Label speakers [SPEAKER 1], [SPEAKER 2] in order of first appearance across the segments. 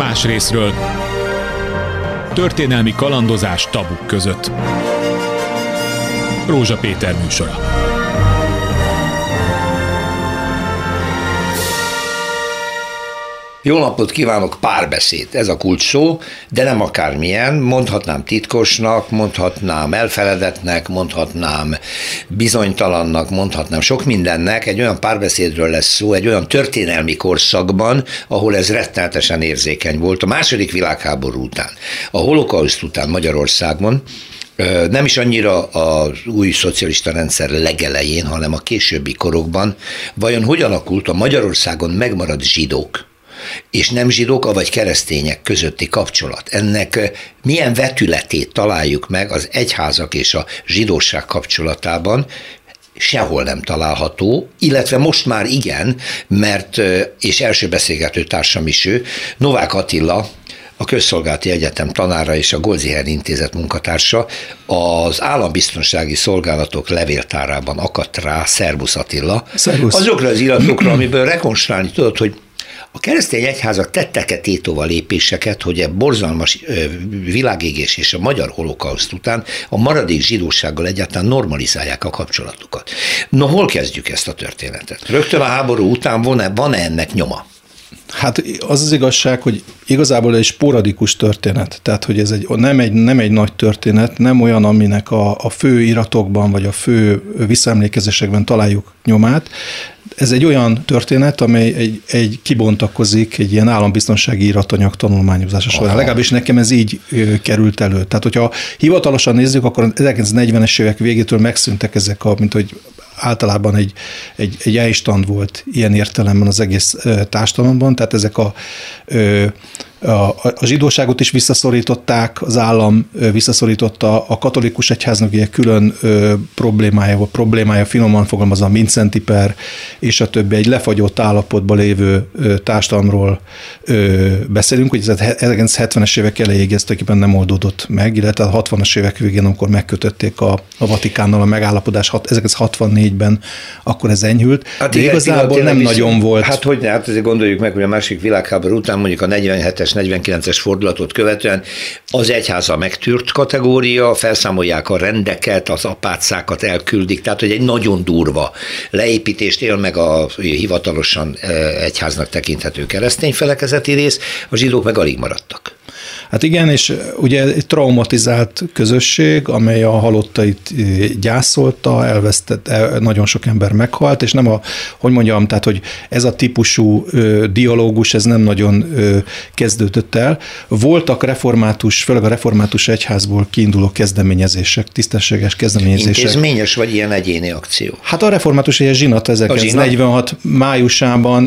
[SPEAKER 1] Más részről történelmi kalandozás tabuk között. Rózsa Péter műsora.
[SPEAKER 2] Jó napot kívánok, Párbeszéd, ez a kulcs szó, de nem akármilyen, mondhatnám titkosnak, mondhatnám elfeledetnek, mondhatnám bizonytalannak, mondhatnám sok mindennek, egy olyan párbeszédről lesz szó, egy olyan történelmi korszakban, ahol ez rettenetesen érzékeny volt. A második világháború után, a holokauszt után Magyarországon, nem is annyira az új szocialista rendszer legelején, hanem a későbbi korokban, vajon hogy alakult a Magyarországon megmaradt zsidók és nem zsidók, avagy keresztények közötti kapcsolat. Ennek milyen vetületét találjuk meg az egyházak és a zsidóság kapcsolatában, sehol nem található, illetve most már igen, mert, és első beszélgető társam is ő, Novák Attila, a Közszolgálati Egyetem tanára és a Goldziher Intézet munkatársa, az Állambiztonsági Szolgálatok levéltárában akadt rá, szervusz Attila,
[SPEAKER 3] szervusz. Azokra
[SPEAKER 2] az iratokra, amiből rekonstruálni tudod, hogy a keresztény egyházak tettek-e tétova lépéseket, hogy a borzalmas világégés és a magyar holokauszt után a maradék zsidósággal egyáltalán normalizálják a kapcsolatukat. No, hol kezdjük ezt a történetet? Rögtön a háború után van-e ennek nyoma?
[SPEAKER 3] Hát az igazság, hogy igazából egy sporadikus történet, tehát hogy ez nem egy nagy történet, nem olyan, aminek a fő iratokban vagy a fő visszaemlékezésekben találjuk nyomát. Ez egy olyan történet, amely egy kibontakozik egy ilyen állambiztonsági iratanyag tanulmányozása során. Legalábbis nekem ez így került elő. Tehát, hogyha hivatalosan nézzük, akkor 1940-es évek végétől megszűntek ezek mint hogy általában egy elstand volt ilyen értelemben az egész társadalomban, tehát ezek a zsidóságot is visszaszorították, az állam visszaszorította, a katolikus egyháznak ilyen külön problémája finoman fogalmazva, Mincenti per, és a többi, egy lefagyott állapotban lévő társadalomról beszélünk, hogy ez 1970-es évek elejéig ez tulajdonképpen nem oldódott meg, illetve a 60-as évek végén, amikor megkötötték a Vatikánnal a megállapodás 1964-ben, akkor ez enyhült, hát de igazából nem nagyon volt.
[SPEAKER 2] Hát hogy ne, hát azért gondoljuk meg, hogy a második világháború után mondjuk a 47-es 49-es fordulatot követően az egyháza megtűrt kategória, felszámolják a rendeket, az apácákat elküldik, tehát hogy egy nagyon durva leépítést él meg a hivatalosan egyháznak tekinthető keresztény felekezeti rész, a zsidók meg alig maradtak.
[SPEAKER 3] Hát igen, és ugye egy traumatizált közösség, amely a halottait gyászolta, elvesztett, nagyon sok ember meghalt, és nem tehát, hogy ez a típusú dialógus, ez nem nagyon kezdődött el. Voltak főleg a református egyházból kiinduló kezdeményezések, tisztességes kezdeményezések.
[SPEAKER 2] Intézményes vagy ilyen egyéni akció?
[SPEAKER 3] Hát a református egyház zsinat 1946 májusában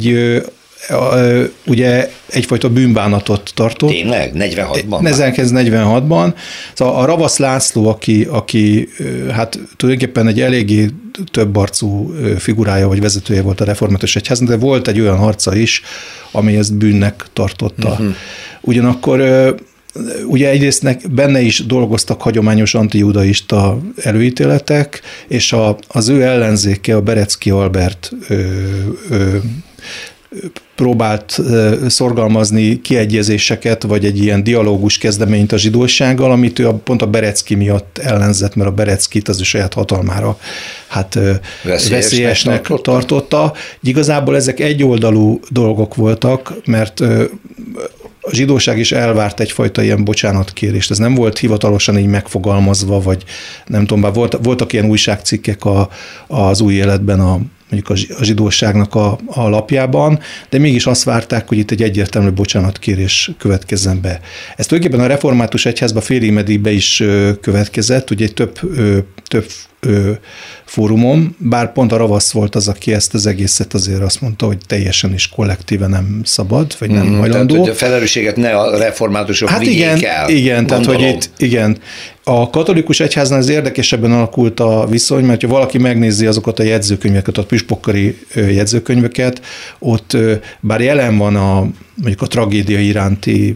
[SPEAKER 3] ugye egyfajta bűnbánatot tartott.
[SPEAKER 2] Tényleg? 46-ban?
[SPEAKER 3] 1946-ban. Szóval a Ravasz László, aki hát tulajdonképpen egy eléggé többarcú figurája vagy vezetője volt a református egyháznak, de volt egy olyan harca is, ami ezt bűnnek tartotta. Uh-huh. Ugyanakkor ugye egyrészt benne is dolgoztak hagyományos antijudaista előítéletek, és az ő ellenzéke, a Berecki Albert próbált szorgalmazni kiegyezéseket, vagy egy ilyen dialógus kezdeményt a zsidósággal, amit ő pont a Berecki miatt ellenzett, mert a Bereckit az ő saját hatalmára veszélyesnek tartotta. Igazából ezek egyoldalú dolgok voltak, mert a zsidóság is elvárt egyfajta ilyen bocsánatkérést. Ez nem volt hivatalosan így megfogalmazva, vagy nem tudom, bár voltak ilyen újságcikkek az Új Életben mondjuk a zsidóságnak a lapjában, de mégis azt várták, hogy itt egy egyértelmű bocsánatkérés következzen be. Ez tulajdonképpen a református egyházban félig be is következett, ugye egy több fórumon, bár pont a Ravasz volt az, aki ezt az egészet azért azt mondta, hogy teljesen is kollektíve nem szabad, vagy nem hajlandó.
[SPEAKER 2] Tehát, hogy a felelősséget ne a reformátusok vigyék el.
[SPEAKER 3] Igen, tehát hogy itt, igen. A katolikus egyháznál az érdekesebben alakult a viszony, mert ha valaki megnézi azokat a jegyzőkönyveket, a püspökkari jegyzőkönyveket, ott bár jelen van mondjuk a tragédia iránti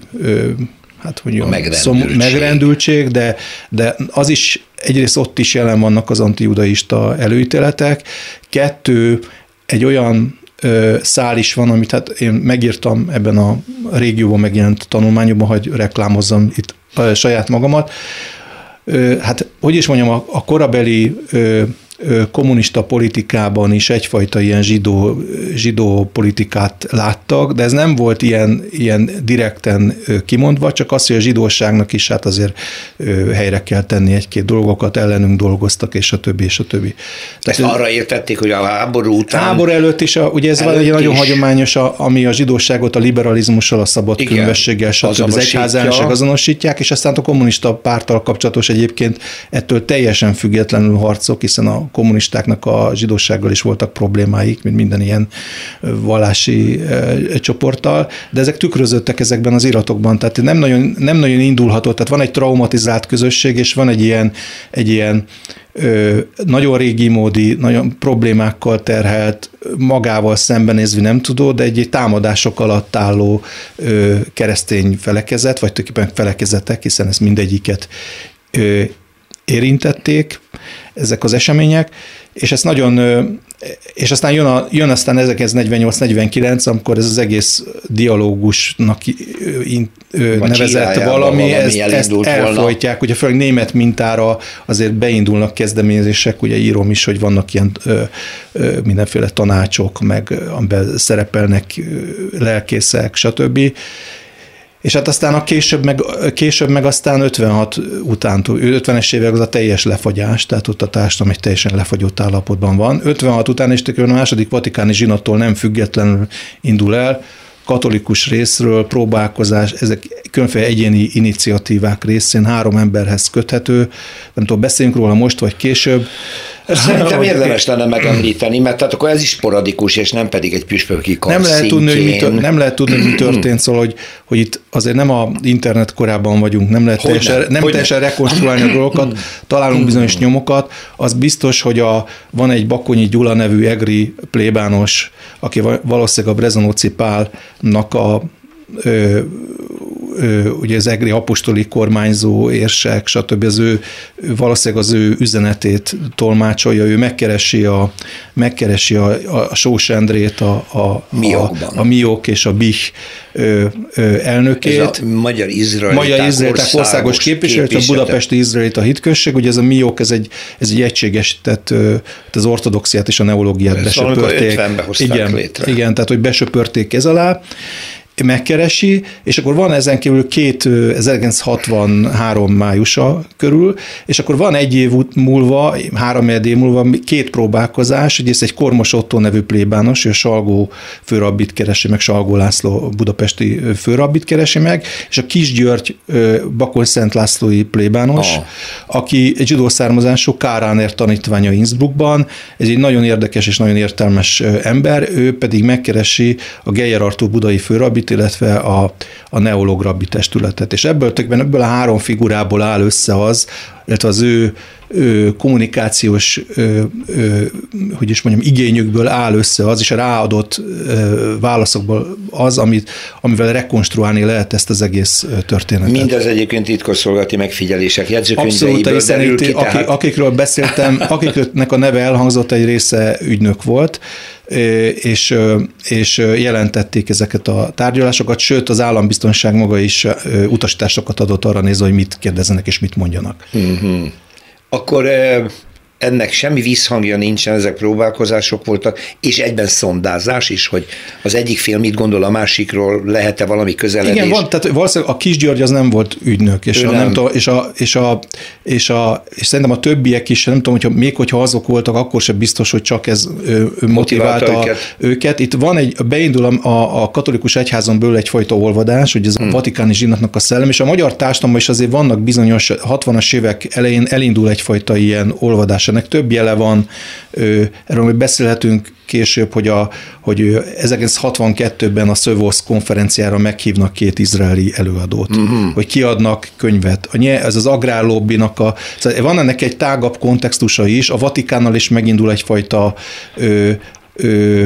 [SPEAKER 3] megrendültség, de az is egyrészt ott is jelen vannak az antijudaista előítéletek, kettő, egy olyan szál is van, amit hát én megírtam ebben a régióban megjelent tanulmányokban, hogy reklámozzam itt saját magamat. Hát, hogy is mondjam, a korabeli kommunista politikában is egyfajta ilyen zsidó politikát láttak, de ez nem volt ilyen direkten kimondva, csak az, hogy a zsidóságnak is hát azért helyre kell tenni egy-két dolgokat, ellenünk dolgoztak, és a többi, és a többi.
[SPEAKER 2] Ezt arra értették, hogy a háború után...
[SPEAKER 3] Háború előtt is, ugye ez egy nagyon hagyományos, ami a zsidóságot a liberalizmussal, a szabadkönyvességgel, stb. Az egyházelnökség azonosítják, és aztán a kommunista párttal kapcsolatos egyébként ettől teljesen függetlenül harcok, hiszen a kommunistáknak a zsidósággal is voltak problémáik, mint minden ilyen vallási csoporttal, de ezek tükrözöttek ezekben az iratokban, tehát nem nagyon indulhatott, tehát van egy traumatizált közösség, és van egy ilyen nagyon régi módi, nagyon problémákkal terhelt, magával szembenézve nem tudó, de egy támadások alatt álló keresztény felekezet, vagy tulajdonképpen felekezetek, hiszen ez mindegyiket érintették ezek az események, és ez és aztán jön aztán 1948-49, amikor ez az egész dialógusnak nevezett valami ezt elfolytják, ugye főleg német mintára azért beindulnak kezdeményezések, ugye írom is, hogy vannak ilyen mindenféle tanácsok, meg amiben szerepelnek lelkészek, stb. És hát aztán később meg aztán 56 után, 50-es évek az a teljes lefagyás, tehát ott a társadalom egy teljesen lefagyott állapotban van. 56 után és a második vatikáni zsinattól nem függetlenül indul el, katolikus részről próbálkozás, ezek különféle egyéni iniciatívák részén 3 emberhez köthető, nem tudom, beszéljünk róla most vagy később.
[SPEAKER 2] Szerintem érdemes lenne megemlíteni, mert tehát akkor ez is sporadikus, és nem pedig egy püspöki kar
[SPEAKER 3] nem lehet tudni, hogy mi történt, szóval, hogy itt azért nem a internet korában vagyunk, nem lehet teljesen rekonstruálni a dolgokat, találunk bizonyos nyomokat. Az biztos, hogy van egy Bakonyi Gyula nevű egri plébános, aki valószínűleg a Brezanóci Pálnak ugye az egri apostoli kormányzó, érsek, stb. Valószínűleg az ő üzenetét tolmácsolja, ő megkeresi a Sós Endrét, a Miok és a Bich elnökét.
[SPEAKER 2] Ez a Magyar Izraeliták
[SPEAKER 3] országos képviselőt, a Budapesti Izraelita Hitközség, ugye ez a Miok, ez egy egységesített, az ortodoxiát és a neológiát besöpörték. Igen, tehát hogy besöpörték ez alá, megkeresi, és akkor van ezen kívül 1963 májusa körül, és akkor van 1 év múlva, 3 év múlva 2 próbálkozás, ugye ez egy Kormos Ottó nevű plébános, ő a Salgó főrabbit keresi meg, Salgó László budapesti főrabbit keresi meg, és a Kis György Bakony-Szent Lászlói plébános, aki egy zsidó származású Káráner tanítványa Innsbruckban, ez egy nagyon érdekes és nagyon értelmes ember, ő pedig megkeresi a Geyer Artúr budai főrabbit, illetve a neológ rabbi testületet. És ebből a 3 figurából áll össze az, illetve az ő kommunikációs, hogy is mondjam, igényükből áll össze az, és a ráadott válaszokból az, amivel rekonstruálni lehet ezt az egész történetet.
[SPEAKER 2] Mindez egyébként titkosszolgálati megfigyelések jegyzőkönyveiből derül ki.
[SPEAKER 3] Akikről beszéltem, akiknek a neve elhangzott, egy része ügynök volt, és jelentették ezeket a tárgyalásokat, sőt az állambiztonság maga is utasításokat adott arra nézve, hogy mit kérdezzenek és mit mondjanak.
[SPEAKER 2] Mm-hmm. Akkor ennek semmi visszhangja nincsen, ezek próbálkozások voltak, és egyben szondázás is, hogy az egyik fél mit gondol a másikról, lehet-e valami közeledés?
[SPEAKER 3] Igen, van, tehát valószínűleg a Kis György az nem volt ügynök, és szerintem a többiek is, nem tudom, hogyha azok voltak, akkor sem biztos, hogy csak ez motiválta őket. Itt van beindul a katolikus egyházon belül egyfajta olvadás, hogy ez a vatikáni zsinatnak a szellem, és a magyar társadalomban is azért vannak bizonyos 60-as évek elején elindul egyfajta ilyen olvadás. Ennek több jele van, erről még beszélhetünk később, hogy 1962-ben a Szövosz konferenciára meghívnak 2 izraeli előadót, hogy kiadnak könyvet. Ez az agrárlobbinak van ennek egy tágabb kontextusa is, a Vatikánnal is megindul egyfajta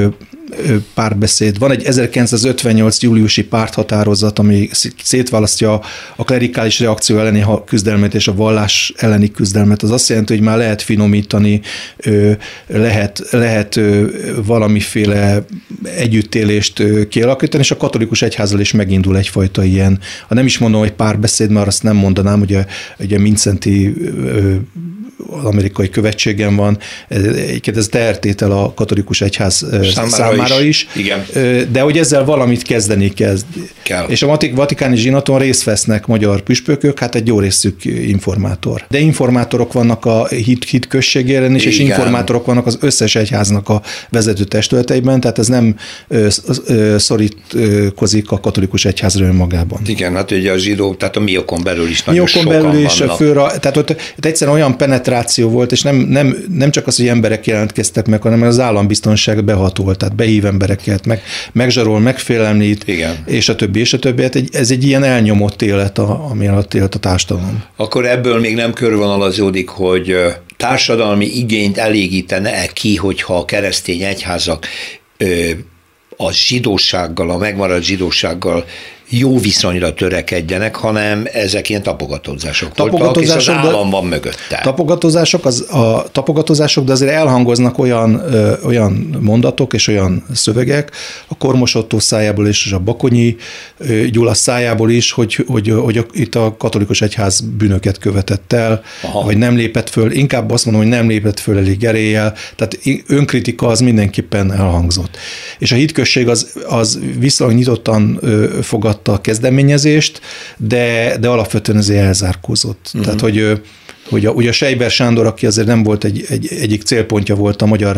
[SPEAKER 3] párbeszéd. Van egy 1958. júliusi párthatározat, ami szétválasztja a klerikális reakció elleni küzdelmet és a vallás elleni küzdelmet. Az azt jelenti, hogy már lehet finomítani, lehet valamiféle együttélést kialakítani, és a katolikus egyházzal is megindul egyfajta ilyen, ha nem is mondom, hogy párbeszéd, mert azt nem mondanám, ugye Mincenti az amerikai követségen van, ez tehertétel a katolikus egyház számára is.
[SPEAKER 2] Igen.
[SPEAKER 3] De hogy ezzel valamit kezdeni kell. És a vatikáni zsinaton részt vesznek magyar püspökök, hát egy jó részük informátor. De informátorok vannak a hit községében is, és informátorok vannak az összes egyháznak a vezető testületeiben, tehát ez nem szorítkozik a katolikus egyházra önmagában.
[SPEAKER 2] Igen, hát ugye a zsidók, tehát a miokon belül is nagyon sokan vannak.
[SPEAKER 3] Tehát ott egyszerűen olyan penetráció volt, és nem csak az, hogy emberek jelentkeztek meg, hanem az állambiztonság behatolt, tehát behív embereket, megzsarol, megfélemlít,
[SPEAKER 2] igen.
[SPEAKER 3] és a többi. Hát ez egy ilyen elnyomott élet, ami alatt élt a társadalom.
[SPEAKER 2] Akkor ebből még nem körvonalazódik, hogy társadalmi igényt elégítene ki, hogyha a keresztény egyházak a zsidósággal, a megmaradt zsidósággal jó viszonyra törekedjenek, hanem ezek ilyen tapogatózások voltak, és az állam van mögötte.
[SPEAKER 3] Tapogatózások, de azért elhangoznak olyan mondatok és olyan szövegek a Kormos Ottó szájából és a Bakonyi Gyula szájából is, hogy itt a katolikus egyház bűnöket követett el, vagy nem lépett föl, inkább azt mondom, hogy nem lépett föl elég eréllyel, tehát önkritika az mindenképpen elhangzott. És a hitközség az viszonylag nyitottan fogadta a kezdeményezést, de alapvetően azért elzárkózott. Tehát, hogy a Seiber Sándor, aki azért nem volt egyik célpontja volt a magyar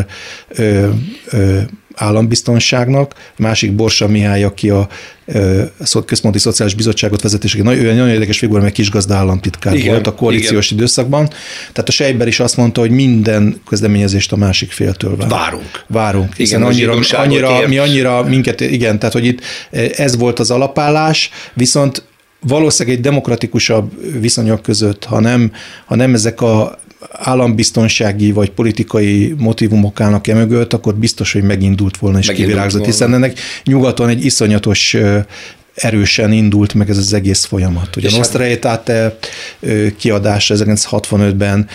[SPEAKER 3] állambiztonságnak, másik Borsa Mihály, aki a Központi Szociális Bizottságot vezetése, nagyon érdekes figura, mert kisgazda államtitkár volt a koalíciós időszakban. Tehát a Seiber is azt mondta, hogy minden kezdeményezést a másik féltől várunk. Hiszen annyira minket, igen, tehát hogy itt ez volt az alapállás, viszont valószínűleg egy demokratikusabb viszonyok között, ha nem ezek a állambiztonsági vagy politikai motivumok állnak mögött, akkor biztos, hogy megindult volna és kivirágzott, hiszen ennek nyugaton egy iszonyatos erősen indult meg ez az egész folyamat. Ugye a Nostra Aetate kiadása 1965-ben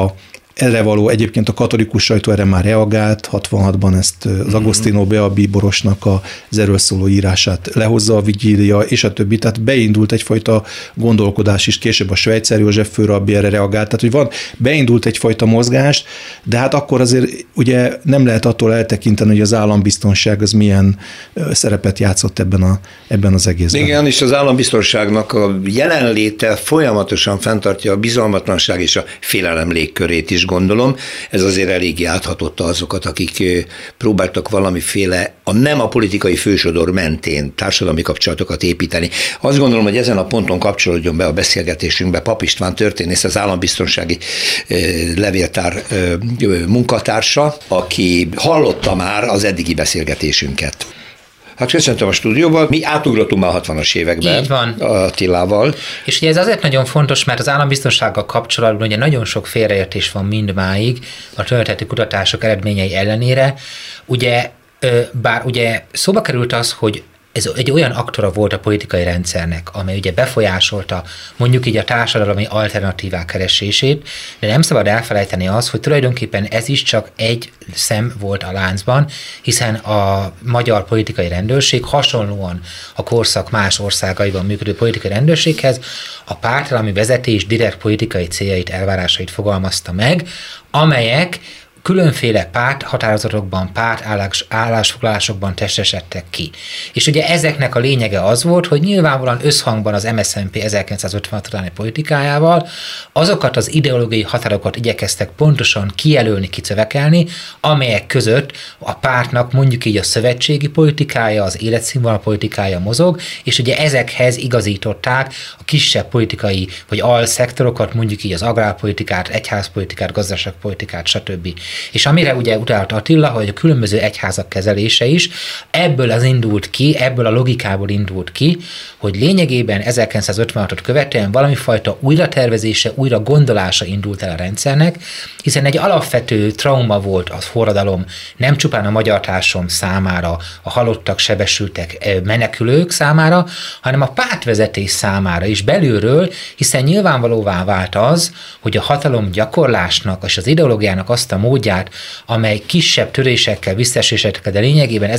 [SPEAKER 3] erre való, egyébként a katolikus sajtó erre már reagált, 66-ban ezt az Agostino Bea bíborosnak az erről szóló írását lehozza a Vigília, és a többi, tehát beindult egyfajta gondolkodás is, később a Schweitzer József főrabbi erre reagált, tehát hogy beindult egyfajta mozgást, de hát akkor azért ugye nem lehet attól eltekinteni, hogy az állambiztonság az milyen szerepet játszott ebben az egészben.
[SPEAKER 2] Igen, és az állambiztonságnak a jelenléte folyamatosan fenntartja a bizalmatlanság és a félelem légkörét is, gondolom. Ez azért eléggé áthatotta azokat, akik próbáltak valamiféle nem a politikai fősodor mentén társadalmi kapcsolatokat építeni. Azt gondolom, hogy ezen a ponton kapcsolódjon be a beszélgetésünkbe Pap István történész, az állambiztonsági levéltár munkatársa, aki hallotta már az eddigi beszélgetésünket. Hát köszöntöm a stúdióban, mi átugrottunk már a 60-as években.
[SPEAKER 4] Így van.
[SPEAKER 2] Attilával.
[SPEAKER 4] És ugye ez azért nagyon fontos, mert az állambiztonsággal kapcsolatban ugye nagyon sok félreértés van mindmáig a történeti kutatások eredményei ellenére. Ugye, bár ugye szóba került az, hogy ez egy olyan aktora volt a politikai rendszernek, amely ugye befolyásolta mondjuk így a társadalmi alternatívák keresését, de nem szabad elfelejteni az, hogy tulajdonképpen ez is csak egy szem volt a láncban, hiszen a magyar politikai rendőrség hasonlóan a korszak más országaiban működő politikai rendőrséghez a pártállami vezetés direkt politikai céljait, elvárásait fogalmazta meg, amelyek különféle párthatározatokban, állásfoglalásokban testesedtek ki. És ugye ezeknek a lényege az volt, hogy nyilvánvalóan összhangban az MSZNP 1956 utáni politikájával azokat az ideológiai határokat igyekeztek pontosan kijelölni, kicövekelni, amelyek között a pártnak mondjuk így a szövetségi politikája, az életszínvonal politikája mozog, és ugye ezekhez igazították a kisebb politikai vagy alszektorokat, mondjuk így az agrárpolitikát, egyházpolitikát, gazdaságpolitikát, stb. És amire ugye utalt Attila, hogy a különböző egyházak kezelése is, ebből a logikából indult ki, hogy lényegében 1956-ot követően valamifajta újratervezése, újra gondolása indult el a rendszernek, hiszen egy alapvető trauma volt a forradalom nem csupán a magyar társadalom számára, a halottak, sebesültek, menekülők számára, hanem a pártvezetés számára is belülről, hiszen nyilvánvalóvá vált az, hogy a hatalom gyakorlásnak és az ideológiának azt a módját, amely kisebb törésekkel, visszaesésekkel, de lényegében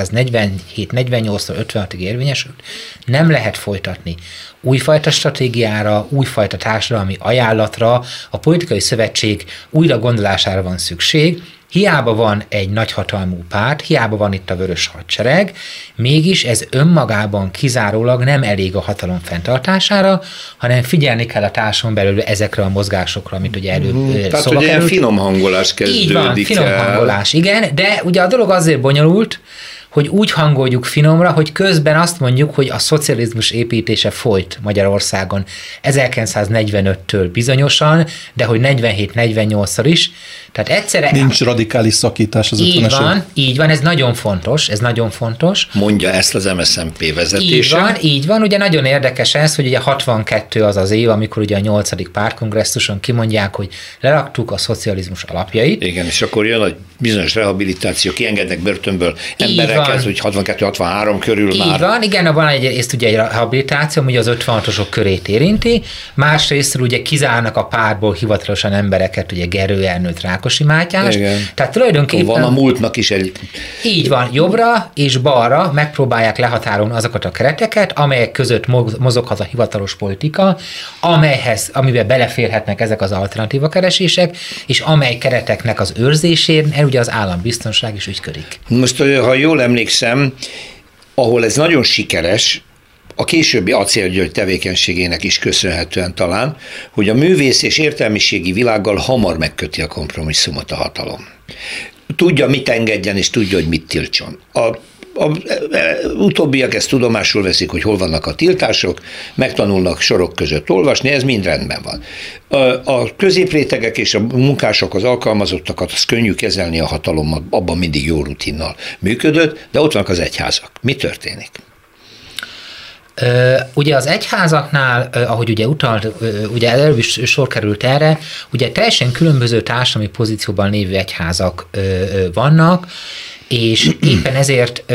[SPEAKER 4] 1947-48-tól 56-ig érvényesült, nem lehet folytatni. Újfajta stratégiára, újfajta társadalmi ajánlatra, a politikai szövetség újra gondolására van szükség. Hiába van egy nagyhatalmú párt, hiába van itt a Vörös Hadsereg, mégis ez önmagában kizárólag nem elég a hatalom fenntartására, hanem figyelni kell a társadalom belül ezekre a mozgásokra, amit ugye előbb
[SPEAKER 2] tehát, hogy ilyen finom hangolás kezdődik.
[SPEAKER 4] Így van, finom hangolás, igen, de ugye a dolog azért bonyolult, hogy úgy hangoljuk finomra, hogy közben azt mondjuk, hogy a szocializmus építése folyt Magyarországon 1945-től bizonyosan, de hogy 47-48-szor is. Tehát egyszerre...
[SPEAKER 3] Nincs radikális szakítás az 50-es.
[SPEAKER 4] Így van, ez nagyon fontos.
[SPEAKER 2] Mondja ezt az MSZNP vezetése.
[SPEAKER 4] Így van, ugye nagyon érdekes ez, hogy ugye 62 az az év, amikor ugye a 8. pártkongresszuson kimondják, hogy leraktuk a szocializmus alapjait.
[SPEAKER 2] Igen, és akkor jön a bizonyos rehabilitáció, kiengednek börtönből embereket, hogy 62-63 körül már.
[SPEAKER 4] Így van, igen, van egyrészt ugye egy rehabilitáció, ami az 56-osok körét érinti, másrészt ugye kizárnak a pártból hivatalosan embereket, ugye Gerő Ernőt, Rákosi Mátyást. Igen. Tehát tulajdonképpen...
[SPEAKER 2] Van a múltnak is egy...
[SPEAKER 4] Így van, jobbra és balra megpróbálják lehatárolni azokat a kereteket, amelyek között mozoghat a hivatalos politika, amiben beleférhetnek ezek az alternatíva keresések, és amely kereteknek az őrzésén ugye az állambiztonság is ügyködik.
[SPEAKER 2] Most, ha jól emlékszem, ahol ez nagyon sikeres, a későbbi Acélgyörgy tevékenységének is köszönhetően talán, hogy a művész és értelmiségi világgal hamar megköti a kompromisszumot a hatalom. Tudja, mit engedjen, és tudja, hogy mit tiltson. Utóbbiak ezt tudomásul veszik, hogy hol vannak a tiltások, megtanulnak sorok között olvasni, ez mind rendben van. A középrétegek és a munkások, az alkalmazottakat, az könnyű kezelni a hatalommal, abban mindig jó rutinnal működött, de ott vannak az egyházak. Mi történik?
[SPEAKER 4] Ugye az egyházaknál, ahogy ugye utalt, ugye előbb is sor került erre, ugye teljesen különböző társadalmi pozícióban lévő egyházak vannak, és éppen ezért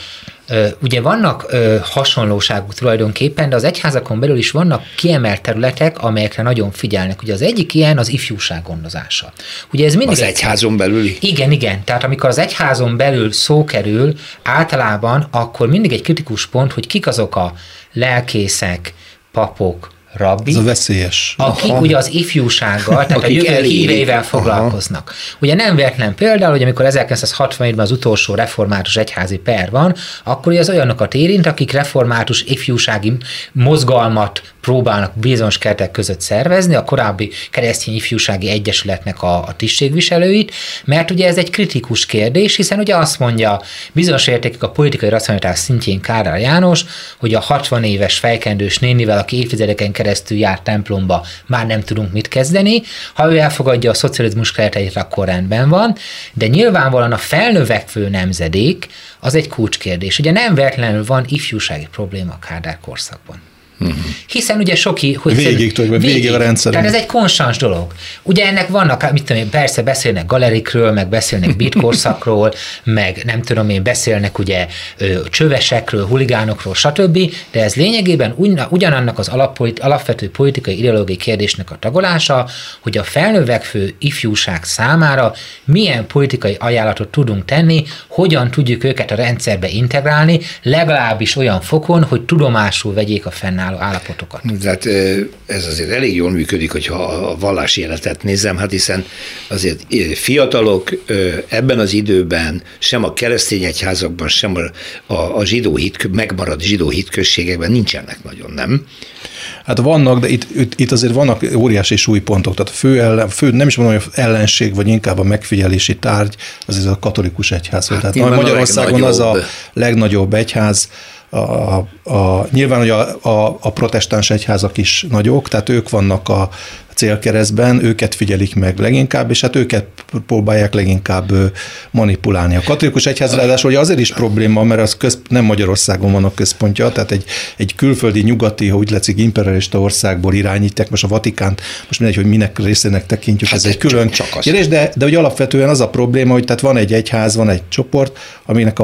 [SPEAKER 4] ugye vannak hasonlóságuk tulajdonképpen, de az egyházakon belül is vannak kiemelt területek, amelyekre nagyon figyelnek. Ugye az egyik ilyen az ifjúság gondozása. Ugye ez mindig
[SPEAKER 2] az egyházon belüli?
[SPEAKER 4] Igen. Tehát amikor az egyházon belül szó kerül, általában akkor mindig egy kritikus pont, hogy kik azok a lelkészek, papok, rabbi,
[SPEAKER 3] ez a veszélyes.
[SPEAKER 4] Akik ugye az ifjúsággal, tehát a jövő híveivel foglalkoznak. Ugye nem véletlen például, hogy amikor 1967-ben az utolsó református egyházi per van, akkor ugye az olyanokat érint, akik református ifjúsági mozgalmat próbálnak bizonyos keretek között szervezni, a korábbi keresztény ifjúsági egyesületnek a tisztségviselőit, mert ugye ez egy kritikus kérdés, hiszen ugye azt mondja bizonyos értékek a politikai racionalitás szintjén Kádár János, hogy a 60 éves fejkendős nénivel, aki évtizedeken keresztül járt templomba, már nem tudunk mit kezdeni. Ha ő elfogadja a szocializmus kereteit, akkor rendben van, de nyilvánvalóan a felnövekvő nemzedék az egy kulcskérdés. Ugye nem véletlenül van ifjúsági probléma a Kádár korszakban. Hiszen ugye
[SPEAKER 3] végig a rendszeren.
[SPEAKER 4] Tehát ez egy konstans dolog. Ugye ennek vannak, mit tudom én, persze beszélnek galerikről, meg beszélnek beatkorszakról, meg nem tudom én, beszélnek ugye csövesekről, huligánokról, stb., de ez lényegében ugyanannak az alapvető politikai ideológiai kérdésnek a tagolása, hogy a felnövekvő ifjúság számára milyen politikai ajánlatot tudunk tenni, hogyan tudjuk őket a rendszerbe integrálni, legalábbis olyan fokon, hogy tudomásul vegyék a fennálló állapotokat.
[SPEAKER 2] Tehát ez azért elég jól működik, hogyha a vallási életet nézem, hát hiszen azért fiatalok ebben az időben sem a keresztény egyházakban, sem a megmaradt zsidó hitközségekben nincsenek nagyon, nem?
[SPEAKER 3] Hát vannak, de itt azért vannak óriási súlypontok, tehát a fő nem is mondom, hogy ellenség, vagy inkább a megfigyelési tárgy, az ez a katolikus egyház. Hát tehát Magyarországon az a legnagyobb egyház, nyilván, hogy a protestáns egyházak is nagyok, tehát ők vannak célkeresztben, őket figyelik meg leginkább, és hát őket próbálják leginkább manipulálni. A katolikus egyház ráadásul azért is probléma, mert az nem Magyarországon van a központja, tehát egy külföldi, nyugati, ha úgy látszik, imperialista országból irányítják, most a Vatikánt, most mindegy, hogy minek részének tekintjük, hát ez egy külön kérdés, de hogy alapvetően az a probléma, hogy tehát van egy egyház, van egy csoport, aminek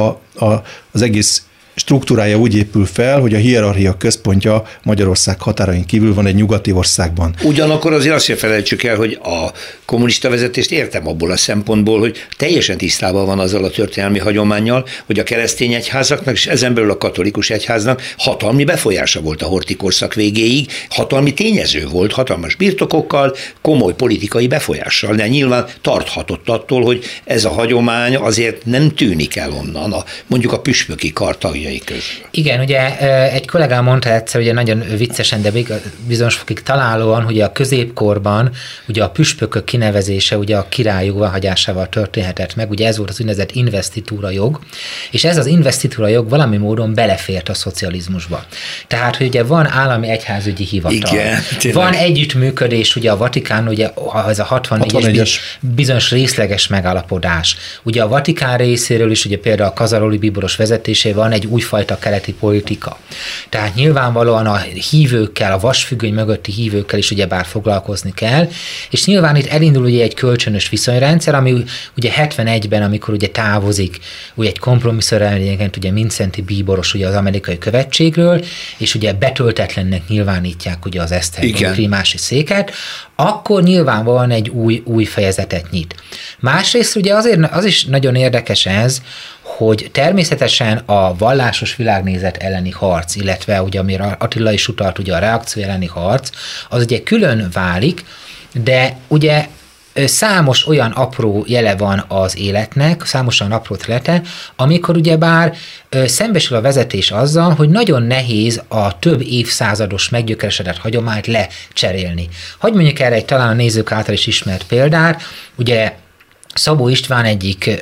[SPEAKER 3] az egész struktúrája úgy épül fel, hogy a hierarchia központja Magyarország határain kívül van egy nyugati országban.
[SPEAKER 2] Ugyanakkor azért azt sem felejtsük el, hogy a kommunista vezetést értem abból a szempontból, hogy teljesen tisztában van azzal a történelmi hagyománnyal, hogy a keresztény egyházaknak és ezen belül a katolikus egyháznak hatalmi befolyása volt a horthy korszak végéig, hatalmi tényező volt, hatalmas birtokokkal, komoly politikai befolyással, de nyilván tarthatott attól, hogy ez a hagyomány azért nem tűnik el onnan, mondjuk a püspöki kar tagjai közül.
[SPEAKER 4] Igen, ugye egy kollégám mondta egyszer, ugye nagyon viccesen, de bizonyos fokig találóan, hogy a középkorban ugye a püspökök kinevezése ugye a király jóváhagyásával történhetett meg, ugye ez volt az úgynevezett investitúra jog, és ez az investitúra jog valami módon belefért a szocializmusba. Tehát, hogy ugye van állami egyházügyi hivatal, igen, van együttműködés, ugye a Vatikán, ugye ez a 64-es bizonyos részleges megállapodás. Ugye a Vatikán részéről is, ugye például a Kazaroli bíboros vezetésével van egy újfajta keleti politika. Tehát nyilvánvalóan a hívőkkel, a vasfüggöny mögötti hívőkkel is ugyebár foglalkozni kell, és nyilván itt elindul ugye egy kölcsönös viszonyrendszer, ami ugye 71-ben, amikor ugye távozik, ugye egy kompromisszumrendjénként ugye Mindszenty bíboros ugye az amerikai követségről, és ugye betöltetlennek nyilvánítják ugye az esztergomi primási széket, akkor nyilvánvalóan egy új fejezetet nyit. Másrészt ugye azért az is nagyon érdekes ez, hogy természetesen a vallásos világnézet elleni harc, illetve ugye amire Attila is utalt, ugye a reakció elleni harc, az ugye külön válik, de ugye számos olyan apró jele van az életnek, számos olyan apró területe, amikor ugyebár szembesül a vezetés azzal, hogy nagyon nehéz a több évszázados meggyökeresedett hagyományt lecserélni. Hogy mondjuk erre egy talán a nézők által is ismert példát, ugye Szabó István egyik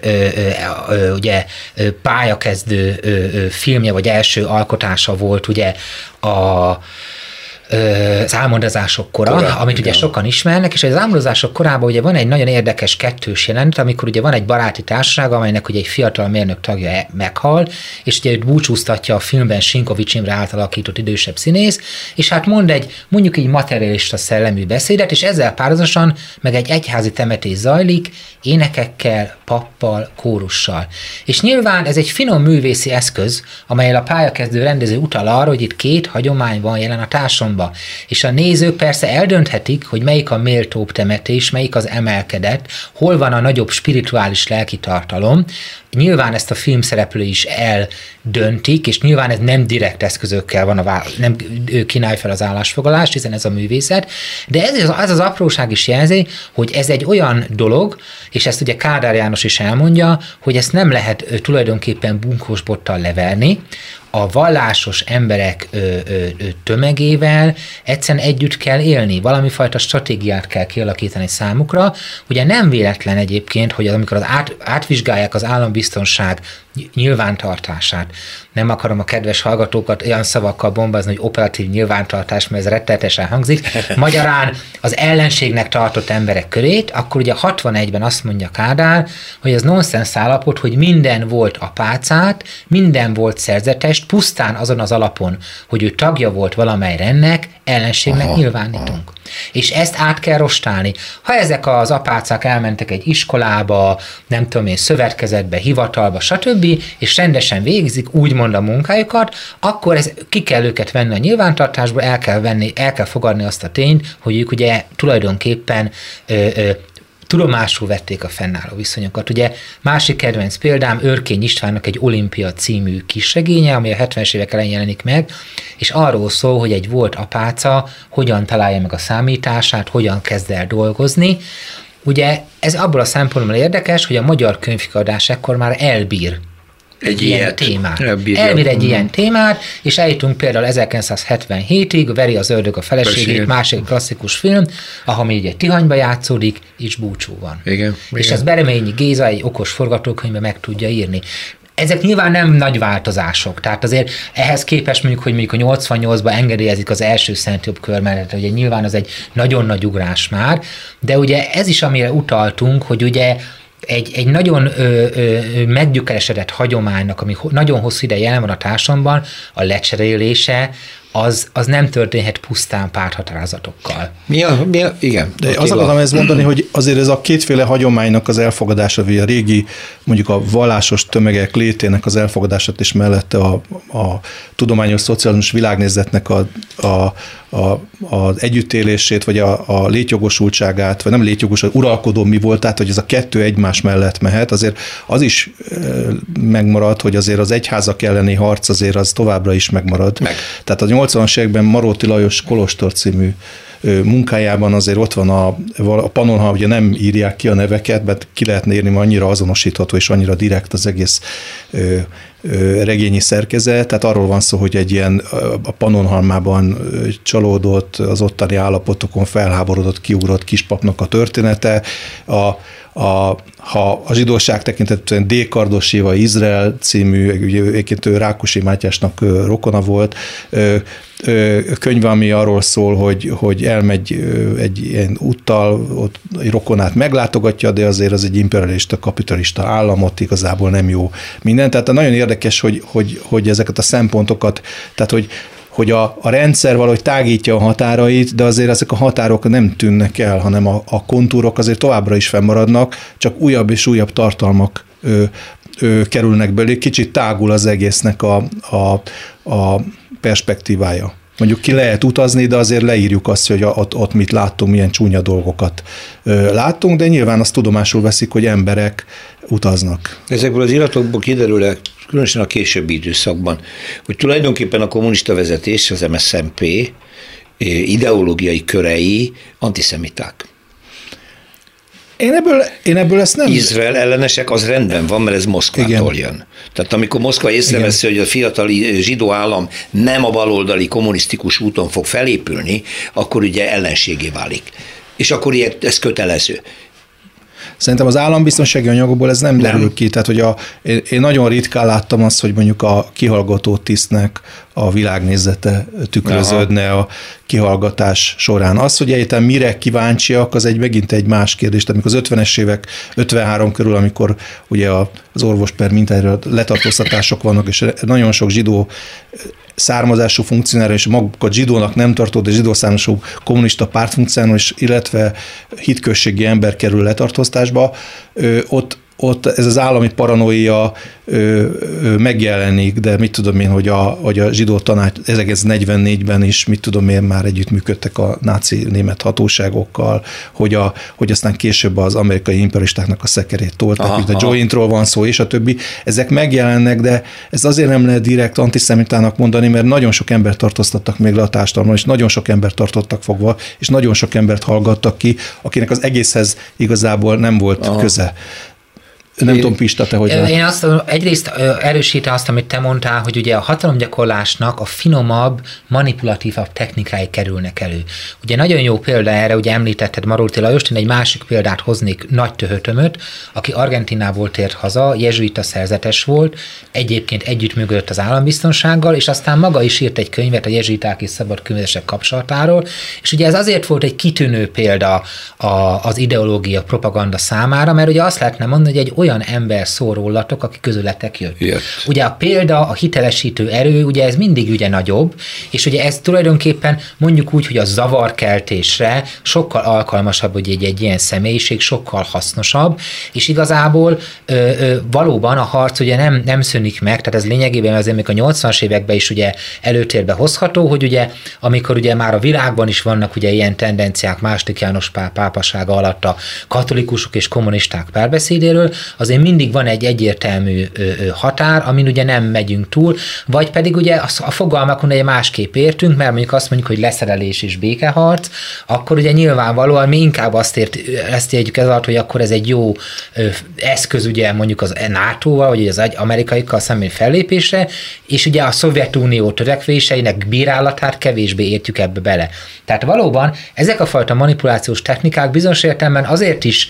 [SPEAKER 4] ugye pályakezdő filmje, vagy első alkotása volt ugye az álmodozások kora, amit ugye sokan ismernek, és az álmodozások korában ugye van egy nagyon érdekes kettős jelenet, amikor ugye van egy baráti társaság, amelynek ugye egy fiatal mérnök tagja meghal, és ugye őt búcsúztatja a filmben Sinkovics Imre által alakított idősebb színész, és hát mondjuk így materialista szellemű beszédet, és ezzel párhuzamosan meg egy egyházi temetés zajlik, énekekkel, pappal, kórussal. És nyilván ez egy finom művészi eszköz, amellyel a pályakezdő rendező utal arra, hogy itt két hagyomány van jelen a társadalomban. És a nézők persze eldönthetik, hogy melyik a méltóbb temetés, melyik az emelkedett, hol van a nagyobb spirituális lelki tartalom. Nyilván ezt a filmszereplő is eldöntik, és nyilván ez nem direkt eszközökkel van, nem kínálja fel az állásfoglalást, hiszen ez a művészet, de ez az apróság is jelzi, hogy ez egy olyan dolog, és ezt ugye Kádár János is elmondja, hogy ezt nem lehet tulajdonképpen bunkósbottal leverni, a vallásos emberek tömegével egyszerűen együtt kell élni, valami fajta stratégiát kell kialakítani számukra. Ugye nem véletlen egyébként, hogy amikor átvizsgálják az állambiztonság nyilvántartását, nem akarom a kedves hallgatókat olyan szavakkal bombázni, hogy operatív nyilvántartás, mert ez rettenetesen hangzik, magyarán az ellenségnek tartott emberek körét, akkor ugye 61-ben azt mondja Kádár, hogy ez nonsens állapot, hogy minden volt apácát, minden volt szerzetest, pusztán azon az alapon, hogy ő tagja volt valamely rendnek, ellenségnek nyilvánítunk. És ezt át kell rostálni. Ha ezek az apácák elmentek egy iskolába, nem tudom én, szövetkezetbe, hivatalba, stb., és rendesen végzik úgymond a munkájukat, akkor ki kell őket venni a nyilvántartásból, el kell fogadni azt a tényt, hogy ők ugye tulajdonképpen tudomásul vették a fennálló viszonyokat. Ugye másik kedvenc példám Örkény Istvánnak egy Olimpia című kisregénye, ami a 70-es évek elején jelenik meg, és arról szól, hogy egy volt apáca hogyan találja meg a számítását, hogyan kezd el dolgozni. Ugye ez abból a szempontból érdekes, hogy a magyar könyvkiadás ekkor már elbír egy ilyen témát. Elbír egy ilyen témát, és eljutunk például 1977-ig, Veri az ördög a feleségét, másik klasszikus film, ahol még egy Tihanyba játszódik, és búcsú van.
[SPEAKER 2] Igen.
[SPEAKER 4] És ez Bereményi Géza egy okos forgatókönyvben meg tudja írni. ezek nyilván nem nagy változások, tehát azért ehhez képest mondjuk, hogy mondjuk a 88-ban engedélyezik az első Szent Jobb körmenetet, ugye nyilván az egy nagyon nagy ugrás már, de ugye ez is, amire utaltunk, hogy ugye egy nagyon meggyökeresedett hagyománynak, ami nagyon hosszú ideje jelen van a társadalomban, a lecserélése, az nem történhet pusztán párthatározatokkal.
[SPEAKER 2] Igen.
[SPEAKER 3] De azt akartam ezt mondani, hogy azért ez a kétféle hagyománynak az elfogadása, vagy a régi, mondjuk a vallásos tömegek létének az elfogadását is mellette a tudományos szocializmus világnézetnek az együttélését, vagy a létjogosultságát, vagy nem létjogosult, uralkodó mi volt, tehát hogy ez a kettő egymás mellett mehet, azért az is megmarad, hogy azért az egyházak elleni harc azért az továbbra is megmarad. Tehát a 80-as években Maróti Lajos Kolostor című munkájában azért ott van a Pannonhalm, ugye nem írják ki a neveket, mert ki lehetne írni, mert annyira azonosítható és annyira direkt az egész regényi szerkezet, tehát arról van szó, hogy egy ilyen a Pannonhalmában csalódott, az ottani állapotokon felháborodott, kiugrott kispapnak a története, ha a zsidóság tekintetben D. Kardoséva Izrael című, ugye egyébként Rákosi Mátyásnak rokona volt, könyve, ami arról szól, hogy elmegy egy ilyen úttal, ott egy rokonát meglátogatja, de azért az egy imperialista, kapitalista államot, igazából nem jó minden. Tehát nagyon érdekes, hogy ezeket a szempontokat, tehát hogy a rendszer valahogy tágítja a határait, de azért ezek a határok nem tűnnek el, hanem a kontúrok azért továbbra is fennmaradnak, csak újabb és újabb tartalmak kerülnek belé, kicsit tágul az egésznek a perspektívája. Mondjuk ki lehet utazni, de azért leírjuk azt, hogy ott mit láttunk, milyen csúnya dolgokat láttunk, de nyilván azt tudomásul veszik, hogy emberek utaznak.
[SPEAKER 2] Ezekből az iratokból kiderül, különösen a későbbi időszakban, hogy tulajdonképpen a kommunista vezetés, az MSZNP ideológiai körei antiszemiták.
[SPEAKER 3] Én ebből ezt nem...
[SPEAKER 2] Izrael ellenesek, az rendben van, mert ez Moszkvától jön. Tehát amikor Moszkva észreveszi, hogy a fiatal zsidó állam nem a baloldali kommunisztikus úton fog felépülni, akkor ugye ellenségé válik. És akkor ez kötelező.
[SPEAKER 3] Szerintem az állambiztonsági anyagokból ez nem derül ki. Tehát, hogy én nagyon ritkán láttam azt, hogy mondjuk a kihallgató tisztnek a világnézete tükröződne a kihallgatás során. Az, hogy egyáltalán mire kíváncsiak, az megint egy más kérdés. Tehát amikor az 50-es évek, 53 körül, amikor ugye az orvosper mintájára letartóztatások vannak, és nagyon sok zsidó származású funkcionárius, és magukat zsidónak nem tartott, de zsidó származású kommunista pártfunkcionárius, illetve hitközségi ember kerül letartóztatásba, ott ez az állami paranoia megjelenik, de mit tudom én, hogy a zsidó tanács 1944-ben is, mit tudom én, már együttműködtek a náci német hatóságokkal, hogy aztán később az amerikai imperialistáknak a szekerét tolták, mint a jointról van szó, és a többi. Ezek megjelennek, de ez azért nem lehet direkt antiszemitának mondani, mert nagyon sok embert tartóztattak még le a társadalomban, és nagyon sok embert tartottak fogva, és nagyon sok embert hallgattak ki, akinek az egészhez igazából nem volt köze. Nem tudom, Pista, te hogy
[SPEAKER 4] Én egyrészt erősítem azt, amit te mondtál, hogy ugye a hatalomgyakorlásnak a finomabb, manipulatívabb technikái kerülnek elő. Ugye nagyon jó példa erre, ugye említetted Maróti Lajost, én egy másik példát hoznék, Nagy Töhötömöt, aki Argentinából tért haza, jezsuita szerzetes volt, egyébként együttműködött az állambiztonsággal, és aztán maga is írt egy könyvet a jezsuiták és szabadkönyvesek kapcsolatáról, és ugye ez azért volt egy kitűnő példa az ideológia, propaganda számára, mert ugye azt lehetne mondani, hogy egy olyan ember szól rólatok, aki közületek jött. Ugye a példa, a hitelesítő erő, ugye ez mindig ugye nagyobb, és ugye ez tulajdonképpen mondjuk úgy, hogy a zavarkeltésre sokkal alkalmasabb, hogy egy ilyen személyiség, sokkal hasznosabb, és igazából valóban a harc ugye nem szűnik meg, tehát ez lényegében azért még a 80-as években is ugye előtérbe hozható, hogy ugye amikor ugye már a világban is vannak ugye ilyen tendenciák második János Pál pápasága alatt a katolikusok és kommunisták párbeszédéről, azért mindig van egy egyértelmű határ, amin ugye nem megyünk túl, vagy pedig ugye a fogalmakon ugye másképp értünk, mert mondjuk azt mondjuk, hogy leszerelés és békeharc, akkor ugye nyilvánvalóan mi inkább ezt értjük ez alatt, hogy akkor ez egy jó eszköz ugye mondjuk az NATO-val, vagy az amerikaiakkal szemben fellépésre, és ugye a Szovjetunió törekvéseinek bírálatát kevésbé értjük ebbe bele. Tehát valóban ezek a fajta manipulációs technikák bizonyos értelemben azért is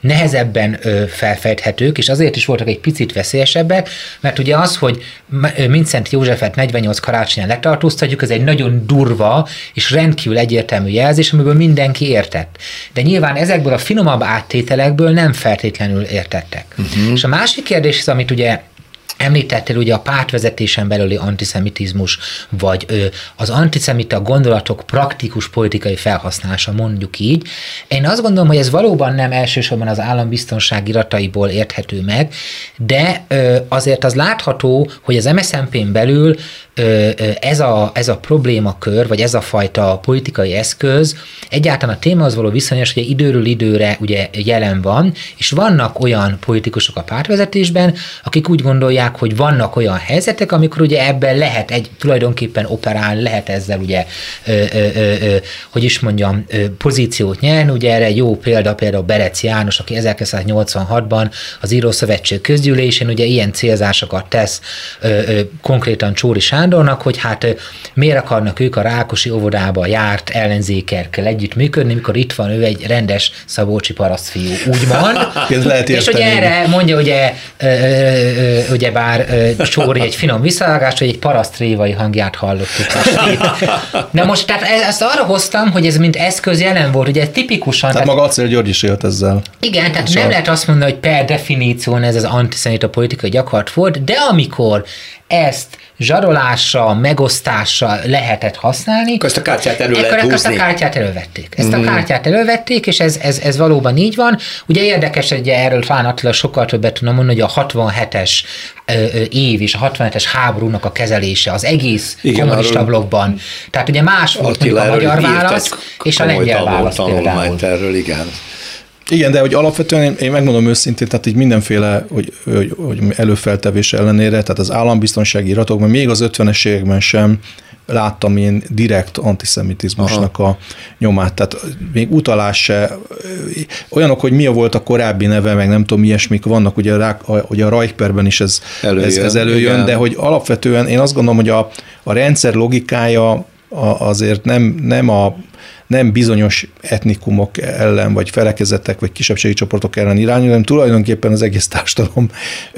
[SPEAKER 4] nehezebben felfejthetők, és azért is voltak egy picit veszélyesebbek, mert ugye az, hogy Mindszenty Józsefet 48 karácsonyán letartóztatjuk, ez egy nagyon durva és rendkívül egyértelmű jelzés, amiből mindenki értett. De nyilván ezekből a finomabb áttételekből nem feltétlenül értettek. És a másik kérdés az, amit ugye említettél, ugye a pártvezetésen belüli antiszemitizmus, vagy az antiszemita gondolatok praktikus politikai felhasználása, mondjuk így. Én azt gondolom, hogy ez valóban nem elsősorban az állambiztonság irataiból érthető meg, de azért az látható, hogy az MSZNP-n belül ez a problémakör, vagy ez a fajta politikai eszköz egyáltalán a témához való viszonyos, hogy időről időre ugye jelen van, és vannak olyan politikusok a pártvezetésben, akik úgy gondolják, hogy vannak olyan helyzetek, amikor ugye ebben lehet tulajdonképpen operálni, lehet ezzel ugye, hogy is mondjam, pozíciót nyerni. Ugye erre jó példa például Berec János, aki 1986-ban az Írószövetség közgyűlésén ugye ilyen célzásokat tesz konkrétan Csóri Sándornak, hogy hát miért akarnak ők a Rákosi óvodába járt ellenzékekkel együttműködni, mikor itt van ő egy rendes szabolcsi parasztfiú, úgymond. És ugye erre mondja ugye bár Csóri egy finom visszavágás, hogy egy parasztrévai hangját hallottuk. Na most, tehát ezt arra hoztam, hogy ez mint eszköz jelen volt, ugye tipikusan...
[SPEAKER 3] Tehát maga Acél György is élt ezzel.
[SPEAKER 4] Igen, tehát nem lehet azt mondani, hogy per definíción ez az antiszemita politikai gyakorlat volt, de amikor ezt zsarolásra, megosztásra lehetett használni.
[SPEAKER 2] Akkor ezt a kártyát elő lehet húzni.
[SPEAKER 4] Ezt a kártyát elővették. Ezt a kártyát elővették, és ez valóban így van. Ugye érdekes, hogy erről talán Attila sokkal többet tudna mondani, hogy a 67-es év és a 67-es háborúnak a kezelése az egész kommunista blokkban. Tehát ugye más volt mondjuk a magyar válasz, és a lengyel válasz például.
[SPEAKER 2] Erről, igen.
[SPEAKER 3] Igen, de hogy alapvetően én megmondom őszintén, tehát így mindenféle hogy előfeltevés ellenére, tehát az állambiztonsági iratokban, még az 50-es években sem láttam én direkt antiszemitizmusnak a nyomát. Tehát még utalás se, olyanok, hogy mi volt a korábbi neve, meg nem tudom, ilyesmik vannak, ugye a Reichperben is ez előjön, de hogy alapvetően én azt gondolom, hogy a rendszer logikája azért nem bizonyos etnikumok ellen, vagy felekezetek, vagy kisebbségi csoportok ellen irányul, hanem tulajdonképpen az egész társadalom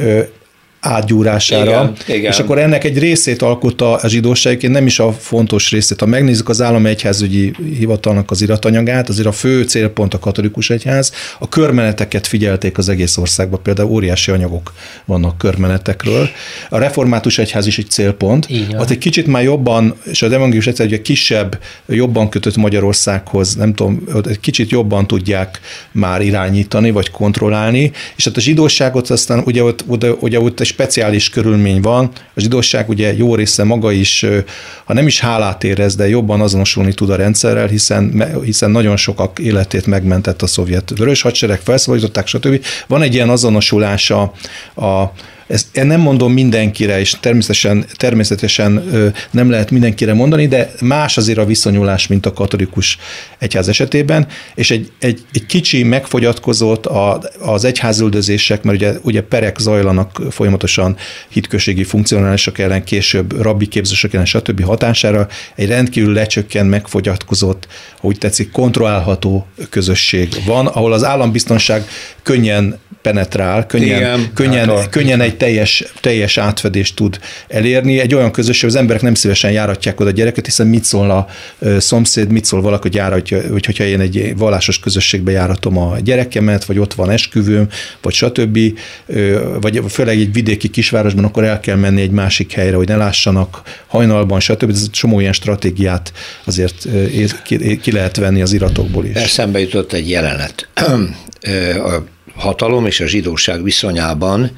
[SPEAKER 3] átgyúrására. Igen. És akkor ennek egy részét alkotta a zsidóság, nem is a fontos részét. Ha megnézzük az állami egyházügyi hivatalnak az iratanyagát, azért a fő célpont a katolikus egyház. A körmeneteket figyelték az egész országban, például óriási anyagok vannak körmenetekről. A református egyház is egy célpont. Ott egy kicsit már jobban, és az evangélius egyház egy kisebb, jobban kötött Magyarországhoz, nem tudom, egy kicsit jobban tudják már irányítani, vagy kontrollálni, és hát a zsidóságot aztán ugye ott speciális körülmény van. A zsidóság ugye jó része maga is, ha nem is hálát érez, de jobban azonosulni tud a rendszerrel, hiszen nagyon sokak életét megmentett a szovjet vörös hadsereg, felszabadították, stb. Van egy ilyen azonosulása ezt nem mondom mindenkire, és természetesen nem lehet mindenkire mondani, de más azért a viszonyulás, mint a katolikus egyház esetében, és egy kicsi megfogyatkozott az egyházüldözések, mert ugye perek zajlanak folyamatosan hitközségi funkcionálisok ellen, később rabbi képzősök ellen, stb. Hatására egy rendkívül lecsökkent, megfogyatkozott, úgy tetszik, kontrollálható közösség van, ahol az állambiztonság könnyen penetrál, könnyen egy teljes átfedést tud elérni. Egy olyan közösség, az emberek nem szívesen járatják oda a gyereket, hiszen mit szól a szomszéd, mit szól valaki, hogy járatja, hogyha én egy vallásos közösségbe járatom a gyerekemet, vagy ott van esküvőm, vagy stb., vagy főleg egy vidéki kisvárosban, akkor el kell menni egy másik helyre, hogy ne lássanak hajnalban, stb. Ez csomó ilyen stratégiát azért ki lehet venni az iratokból is.
[SPEAKER 2] Eszembe jutott egy jelenet. A hatalom és a zsidóság viszonyában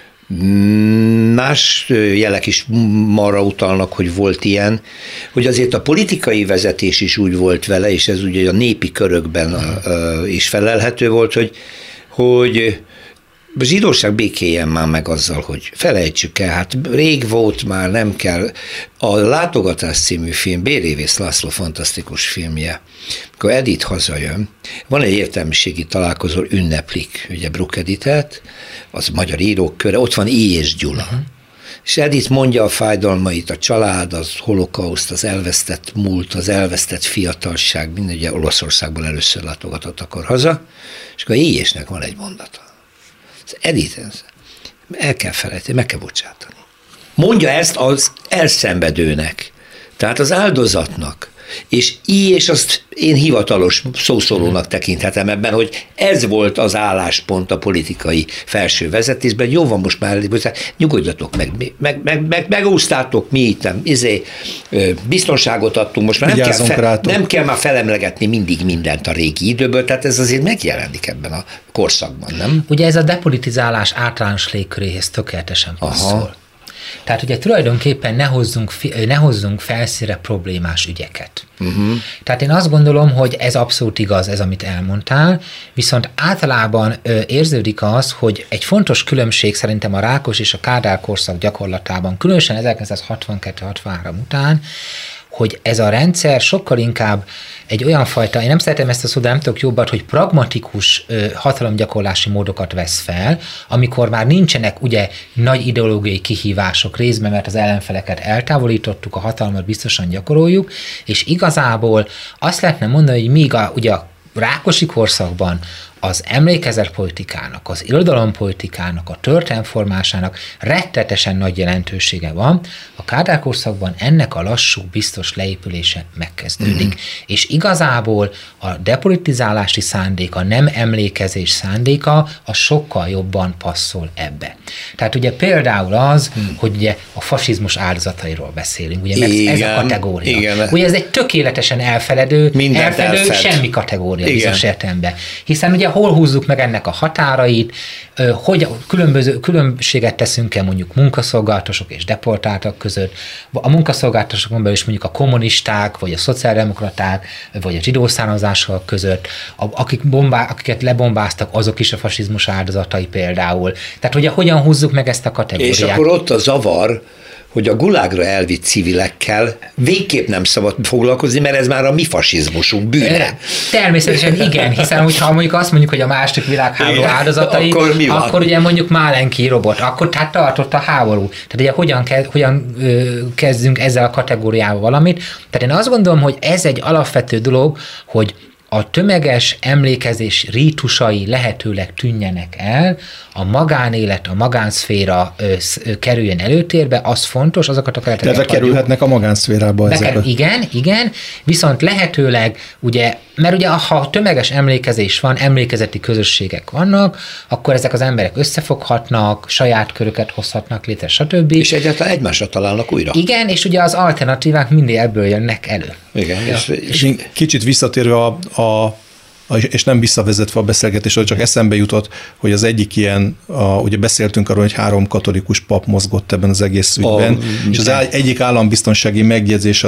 [SPEAKER 2] más jelek is arra utalnak, hogy volt ilyen, hogy azért a politikai vezetés is úgy volt vele, és ez ugye a népi körökben is felelhető volt, hogy a zsidóság békéljen már meg azzal, hogy felejtsük el, hát rég volt már, nem kell. A Látogatás című film, Bérévész László fantasztikus filmje, amikor Edith hazajön, van egy értelmiségi találkozó, ünneplik ugye Bruk Editet, az magyar írók köre, ott van I. és Gyula. És Edith mondja a fájdalmait, a család, az holokauszt, az elvesztett múlt, az elvesztett fiatalság, minden, ugye Olaszországból először látogatott akkor haza, és akkor Éjésnek van egy mondata. Az Edith, el kell felejteni, meg kell bocsátani. Mondja ezt az elszenvedőnek, tehát az áldozatnak. És és azt én hivatalos szószólónak tekinthetem ebben, hogy ez volt az álláspont a politikai felső vezetésben. Jó van, most már nyugodjatok meg, megúsztátok, mi itt biztonságot adtunk, most már nem kell már felemlegetni mindig mindent a régi időből, tehát ez azért megjelenik ebben a korszakban, nem?
[SPEAKER 4] Ugye ez a depolitizálás általános légköréhez tökéletesen passzol. Tehát ugye tulajdonképpen ne hozzunk felszínre problémás ügyeket. Tehát én azt gondolom, hogy ez abszolút igaz, ez, amit elmondtál, viszont általában érződik az, hogy egy fontos különbség szerintem a Rákos és a Kádár korszak gyakorlatában, különösen 1962-63 után, hogy ez a rendszer sokkal inkább egy olyan fajta, én nem szeretem ezt a szót, de nem tudok jobbat, hogy pragmatikus hatalomgyakorlási módokat vesz fel, amikor már nincsenek ugye nagy ideológiai kihívások részben, mert az ellenfeleket eltávolítottuk, a hatalmat biztosan gyakoroljuk, és igazából azt lehetne mondani, hogy míg ugye a Rákosi korszakban az emlékezetpolitikának, az irodalompolitikának, a történelemformásának rettetesen nagy jelentősége van, a Kádár korszakban ennek a lassú, biztos leépülése megkezdődik. És igazából a depolitizálási szándék, a nem emlékezés szándéka, az sokkal jobban passzol ebbe. Tehát ugye például az, hogy ugye a fasizmus áldozatairól beszélünk, ugye, mert ez a kategória. Igen. Ugye ez egy tökéletesen elfeledő semmi kategória bizonyos értelemben. Hiszen ugye hol húzzuk meg ennek a határait, hogy különbséget teszünk-e mondjuk munkaszolgálatosok és deportáltak között, a munkaszolgálatosokon belül is mondjuk a kommunisták, vagy a szociáldemokraták, vagy a zsidó származások között, akiket lebombáztak, azok is a fasizmus áldozatai például. Tehát ugye hogyan húzzuk meg ezt a kategóriát?
[SPEAKER 2] És akkor ott a zavar, hogy a gulágra elvitt civilekkel végképp nem szabad foglalkozni, mert ez már a mi fasizmusunk bűne.
[SPEAKER 4] Természetesen igen, hiszen hogyha mondjuk azt mondjuk, hogy a második világháború áldozatai, akkor ugye mondjuk Málenki robot, akkor tehát tartott a háború. Tehát ugye hogyan kezdünk ezzel a kategóriával valamit. Tehát én azt gondolom, hogy ez egy alapvető dolog, hogy a tömeges emlékezés rítusai lehetőleg tűnjenek el, a magánélet, a magánszféra kerüljön előtérbe, az fontos, azokat a kereteket.
[SPEAKER 3] Tehát kerülhetnek a magánszférába ezek.
[SPEAKER 4] Igen, viszont lehetőleg, ugye, mert ugye ha tömeges emlékezés van, emlékezeti közösségek vannak, akkor ezek az emberek összefoghatnak, saját köröket hozhatnak létre, stb.
[SPEAKER 2] És egyáltalán egymásra találnak újra.
[SPEAKER 4] Igen, és ugye az alternatívák mindig ebből jönnek elő.
[SPEAKER 2] Igen.
[SPEAKER 4] Ja.
[SPEAKER 3] És kicsit visszatérve és nem visszavezetve a beszélgetésre, csak eszembe jutott, hogy az egyik ilyen, ugye beszéltünk arról, hogy 3 katolikus pap mozgott ebben az egész ügyben, és az egyik állambiztonsági megjegyzés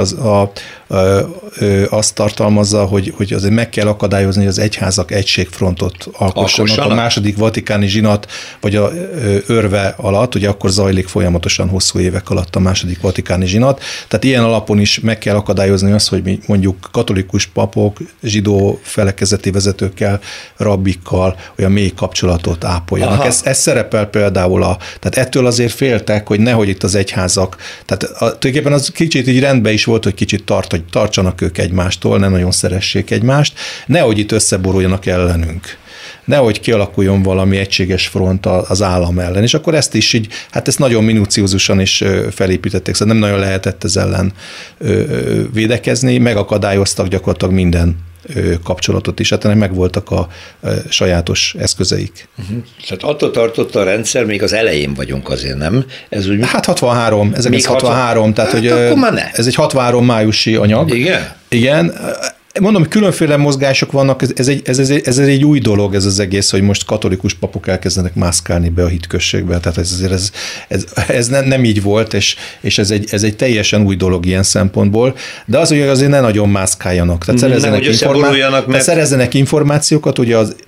[SPEAKER 3] azt tartalmazza, hogy azért meg kell akadályozni, hogy az egyházak egységfrontot alkossanak. A második vatikáni zsinat, vagy a örve alatt, ugye akkor zajlik folyamatosan hosszú évek alatt a második vatikáni zsinat, tehát ilyen alapon is meg kell akadályozni azt, hogy mi mondjuk katolikus papok, zsidó felekezeti vezetőkkel, rabbikkal olyan mély kapcsolatot ápoljanak. Ez szerepel például tehát ettől azért féltek, hogy nehogy itt az egyházak, tehát tulajdonképpen az kicsit így rendben is volt, hogy kicsit tartsanak ők egymástól, ne nagyon szeressék egymást, nehogy itt összeboruljanak ellenünk. Nehogy kialakuljon valami egységes front az állam ellen. És akkor ezt is így, hát ezt nagyon minuciózusan is felépítették, szóval nem nagyon lehetett ez ellen védekezni, megakadályoztak gyakorlatilag minden kapcsolatot is, hát ennek megvoltak a sajátos eszközeik.
[SPEAKER 2] Tehát attól tartott a rendszer, még az elején vagyunk azért, nem? Ez úgy...
[SPEAKER 3] Hát 63, ez 63, tehát hogy ez egy 63 májusi anyag.
[SPEAKER 2] Igen?
[SPEAKER 3] Igen. Mondom, különféle mozgások vannak, ez egy új dolog ez az egész, hogy most katolikus papok elkezdenek mászkálni be a hitközségbe, tehát ez nem így volt, és ez egy teljesen új dolog ilyen szempontból, de az, hogy azért ne nagyon mászkáljanak, tehát szerezzenek információkat, ugye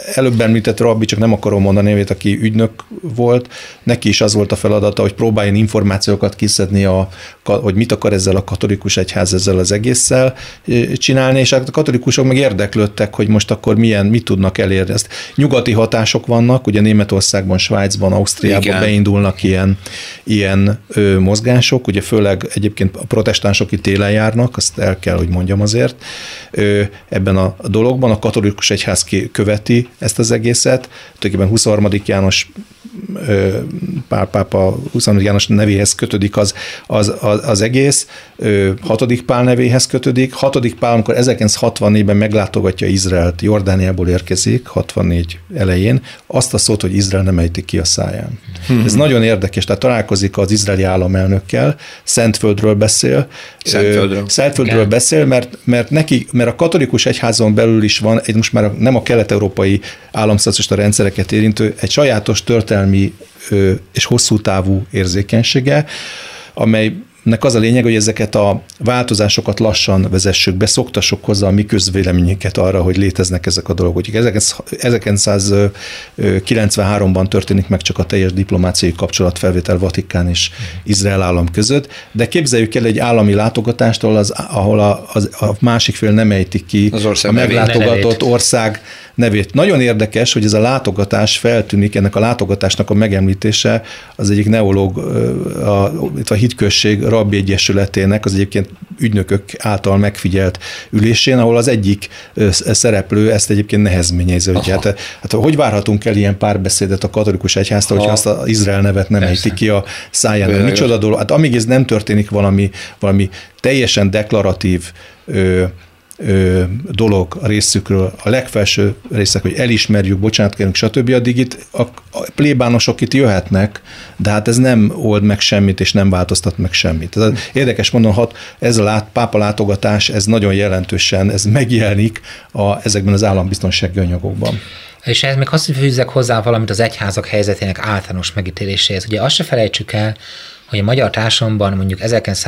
[SPEAKER 3] előbb említett rabbi, csak nem akarom mondani nevét, aki ügynök volt, neki is az volt a feladata, hogy próbáljon információkat kiszedni, hogy mit akar ezzel a katolikus egyház ezzel az egésszel csinálni, és a katolikusok meg érdeklődtek, hogy most akkor mit tudnak elérni. Ezt nyugati hatások vannak, ugye Németországban, Svájcban, Ausztriában beindulnak ilyen mozgások, ugye főleg egyébként a protestánsok itt télen járnak, azt el kell, hogy mondjam azért, ebben a dologban a katolikus egyház követi ezt az egészet, tulajdonképpen 23. János Pál pápa 23. János nevéhez kötődik az egész, 6. Pál nevéhez kötődik. 6. Pál, amikor 1964-ben meglátogatja Izraelt, Jordániából érkezik, 64 elején, azt a szót, hogy Izrael nem ejti ki a száján. Ez nagyon érdekes, tehát találkozik az izraeli államelnökkel, Szentföldről beszél. Szentföldről beszél, mert a katolikus egyházon belül is van, most már nem a kelet-európai államszocialista rendszereket érintő, egy sajátos történelmi és hosszú távú érzékenysége, amelynek az a lényeg, hogy ezeket a változásokat lassan vezessük be, szoktassuk hozzá a mi közvéleményeket arra, hogy léteznek ezek a dolgok. 1993-ban történik meg csak a teljes diplomáciai kapcsolatfelvétel Vatikán és Izrael állam között, de képzeljük el egy állami látogatást, ahol a másik fél nem ejtik ki a meglátogatott ország nevét. Nagyon érdekes, hogy ez a látogatás feltűnik, ennek a látogatásnak a megemlítése az egyik neológ, a hitközség rabbi egyesületének, az egyébként ügynökök által megfigyelt ülésén, ahol az egyik szereplő ezt egyébként nehezményezi, hogy hát hogy várhatunk el ilyen párbeszédet a katolikus egyháztól, hogyha azt az Izrael nevet nem ejti ki a száján. Micsoda dolog? Hát amíg ez nem történik valami teljesen deklaratív dolog a részükről, a legfelső részek, hogy elismerjük, bocsánat kérünk, stb. Addig itt a plébánosok itt jöhetnek, de hát ez nem old meg semmit, és nem változtat meg semmit. Tehát érdekes mondom, ez a pápa látogatás, ez nagyon jelentősen, ez megjelenik ezekben az állambiztonsági anyagokban.
[SPEAKER 4] És ehhez még azt fűzzek hozzá valamit az egyházak helyzetének általános megítéléséhez. Ugye azt se felejtsük el, hogy a magyar társadalomban mondjuk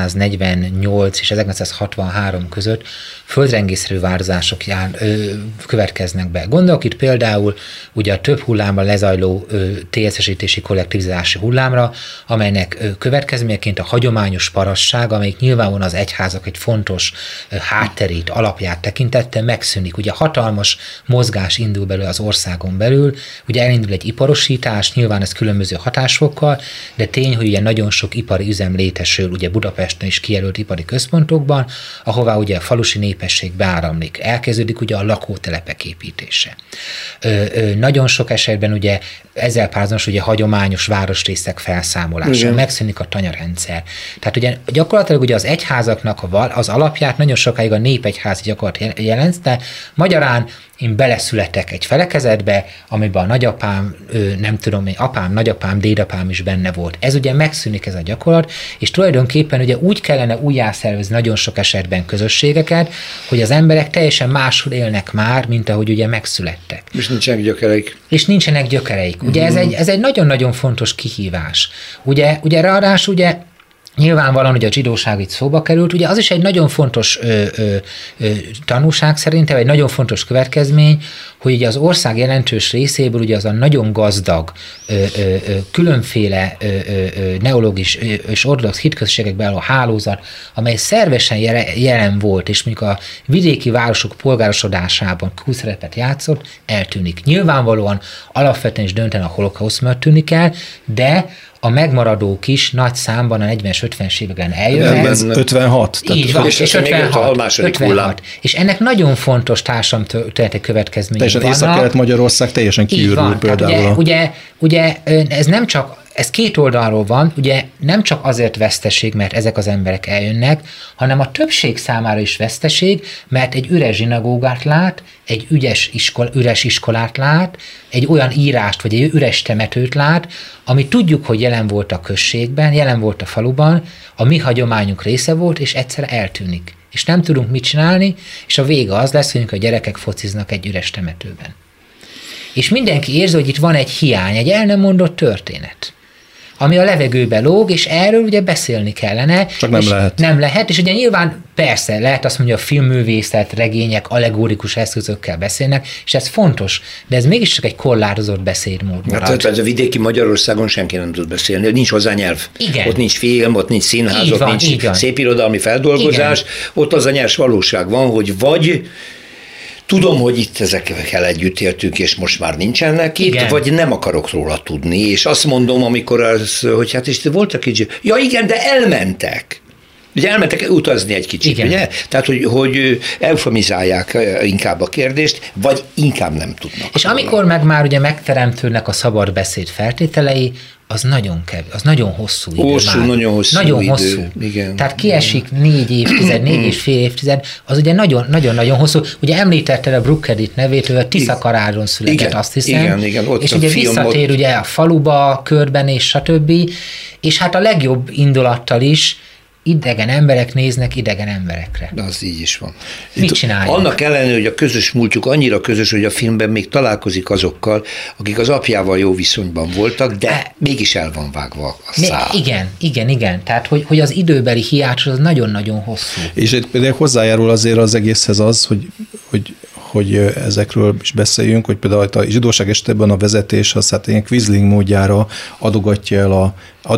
[SPEAKER 4] 1948 és 1963 között földrengésszerű változások következnek be. Gondolok itt például ugye a több hullámban lezajló TSZ-esítési kollektivizálási hullámra, amelynek következményeként a hagyományos parasság, amelyik nyilvánvalóan az egyházak egy fontos hátterét, alapját tekintette, megszűnik. Ugye hatalmas mozgás indul belőle az országon belül, ugye elindul egy iparosítás, nyilván ez különböző hatásokkal, de tény, hogy ugye nagyon sok ipari üzem létesül, ugye Budapesten is kijelölt ipari központokban, ahová ugye a falusi népesség beáramlik. Elkezdődik ugye a lakótelepek építése. Nagyon sok esetben ugye ezzel párhuzamos ugye hagyományos városrészek felszámolása, igen. Megszűnik a tanyarendszer. Tehát ugye gyakorlatilag ugye az egyházaknak az alapját nagyon sokáig a népegyházi gyakorlat jelentette, magyarán én beleszületek egy felekezetbe, amiben a nagyapám, apám, nagyapám, dédapám is benne volt. Ez ugye megszűnik ez a gyakorlat, és tulajdonképpen ugye úgy kellene újjászervezni nagyon sok esetben közösségeket, hogy az emberek teljesen máshol élnek már, mint ahogy ugye megszülettek.
[SPEAKER 2] És nincsenek gyökereik.
[SPEAKER 4] Ugye ez egy nagyon-nagyon fontos kihívás. Ugye ráadásul ugye nyilvánvalóan, hogy a zsidóság itt szóba került, ugye az is egy nagyon fontos tanúság szerintem, egy nagyon fontos következmény, hogy ugye az ország jelentős részéből ugye az a nagyon gazdag, különféle neológikus és ortodox hitközösségekben álló hálózat, amely szervesen jelen volt, és mondjuk a vidéki városok polgárosodásában kulcsszerepet játszott, eltűnik. Nyilvánvalóan alapvetően is döntően a holokauszt miatt tűnik el, de a megmaradók is nagy számban a 40-es, 50-es években eljönnek.
[SPEAKER 3] 56.
[SPEAKER 4] Így van, és
[SPEAKER 2] 56.
[SPEAKER 4] És ennek nagyon fontos társadalomtörténeti következményei vannak.
[SPEAKER 3] Észak-Kelet-Magyarország teljesen kiürül például.
[SPEAKER 4] Ugye ez nem csak, ez két oldalról van, ugye nem csak azért veszteség, mert ezek az emberek eljönnek, hanem a többség számára is veszteség, mert egy üres zsinagógát lát, egy üres iskolát lát, egy olyan írást, vagy egy üres temetőt lát, ami tudjuk, hogy jelen volt a községben, jelen volt a faluban, a mi hagyományunk része volt, és egyszer eltűnik. És nem tudunk mit csinálni, és a vége az lesz, hogy a gyerekek fociznak egy üres temetőben. És mindenki érzi, hogy itt van egy hiány, egy el nem mondott történet. ami a levegőbe lóg, és erről ugye beszélni kellene.
[SPEAKER 3] Csak nem lehet.
[SPEAKER 4] Nem lehet, és ugye nyilván persze lehet azt mondja, a filmművészet, regények allegorikus eszközökkel beszélnek, és ez fontos, de ez mégiscsak egy korlátozott beszédmód marad.
[SPEAKER 2] Hát ez a vidéki Magyarországon senki nem tud beszélni, nincs hozzá nyelv.
[SPEAKER 4] Igen.
[SPEAKER 2] Ott nincs film, ott nincs színház, ott nincs
[SPEAKER 4] van.
[SPEAKER 2] szépirodalmi feldolgozás, igen. Ott az a nyers valóság van, hogy vagy tudom, hogy itt ezekkel együtt éltünk, és most már nincsenek itt, igen. Vagy nem akarok róla tudni, és azt mondom, amikor hogy hát és voltak így, ja igen, de elmentek. Ugye elmentek utazni egy kicsit, igen. Ugye? Tehát, hogy eufemizálják inkább a kérdést, vagy inkább nem tudnak.
[SPEAKER 4] És róla. Amikor meg már ugye megteremtődnek a szabad beszéd feltételei, az nagyon az hosszú idő.
[SPEAKER 2] Nagyon hosszú idő.
[SPEAKER 4] Hosszú.
[SPEAKER 2] Igen.
[SPEAKER 4] Tehát kiesik 4 évtized, 4,5 évtized, az ugye nagyon-nagyon hosszú. Ugye említetted a Brooke nevét, ő a Tiszakarádon született, igen. Azt hiszem.
[SPEAKER 2] Igen. Ott
[SPEAKER 4] és ugye visszatér ugye a faluba, körben és stb. És hát a legjobb indulattal is idegen emberek néznek idegen emberekre.
[SPEAKER 2] De az így is van.
[SPEAKER 4] Mit csinálják?
[SPEAKER 2] Annak ellenére, hogy a közös múltjuk annyira közös, hogy a filmben még találkozik azokkal, akik az apjával jó viszonyban voltak, de mégis el van vágva a szál.
[SPEAKER 4] Igen. Tehát, hogy az időbeli hiátus az nagyon-nagyon hosszú.
[SPEAKER 3] És itt például hozzájárul azért az egészhez az, hogy ezekről is beszéljünk, hogy például a zsidóság esetében a vezetés az hát ilyen quizling módjára adogatja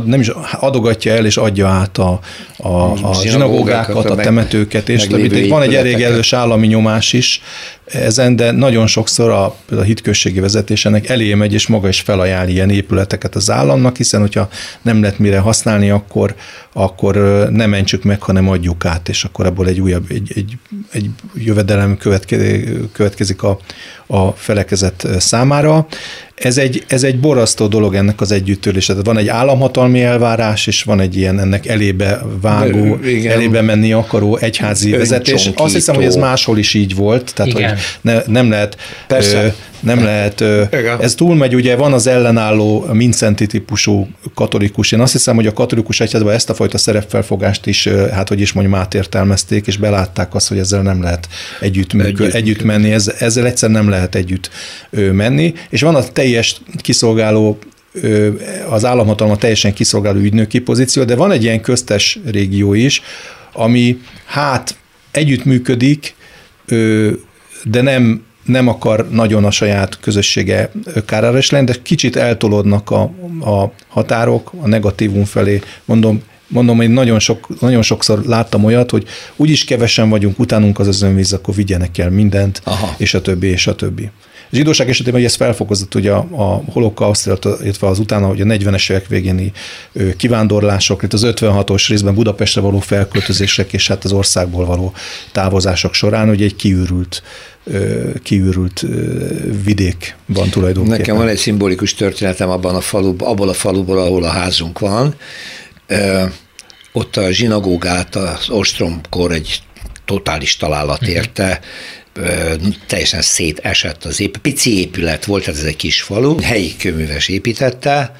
[SPEAKER 3] el és adja át a zsinagógákat, a temetőket, és van egy elég erős állami nyomás is ezen, de nagyon sokszor például a hitközségi vezetés ennek elé megy, és maga is felajánl ilyen épületeket az államnak, hiszen hogyha nem lehet mire használni, akkor nem mentsük meg, hanem adjuk át, és akkor abból egy újabb egy jövedelem következik a felekezet számára. Ez egy borzasztó dolog ennek az együttélése. Tehát van egy államhatalmi elvárás, és van egy ilyen ennek elébe vágó, elébe menni akaró egyházi vezetés. Azt hiszem, hogy ez máshol is így volt, tehát hogy nem lehet...
[SPEAKER 2] Persze.
[SPEAKER 3] Nem lehet, ez túlmegy, ugye van az ellenálló Mincenti típusú katolikus. Én azt hiszem, hogy a katolikus egyházban ezt a fajta szerepfelfogást is, hát hogy is mondjam, átértelmezték, és belátták azt, hogy ezzel nem lehet együtt menni, ezzel egyszer nem lehet együtt menni, és van a teljes kiszolgáló, az államhatalmat teljesen kiszolgáló ügynöki pozíció, de van egy ilyen köztes régió is, ami hát együttműködik, de nem akar nagyon a saját közössége kárára is lenni, de kicsit eltolódnak a határok a negatívum felé. Mondom, hogy nagyon sokszor láttam olyat, hogy úgyis kevesen vagyunk, utánunk az önvíz, akkor vigyenek el mindent, és a többi, és a többi. A zsidóság esetében, hogy ez felfokozott ugye a holokauszt, illetve az utána, hogy a 40-es évek végéni kivándorlások, itt az 56-os részben Budapestre való felköltözések, és hát az országból való távozások során, ugye egy kiürült vidék van tulajdonképpen.
[SPEAKER 2] Nekem van egy szimbolikus történetem abból a faluból, ahol a házunk van. Ott a zsinagógát az ostromkor egy totális találat érte, teljesen szétesett az pici épület volt, tehát ez egy kis falu, helyi kőműves építette,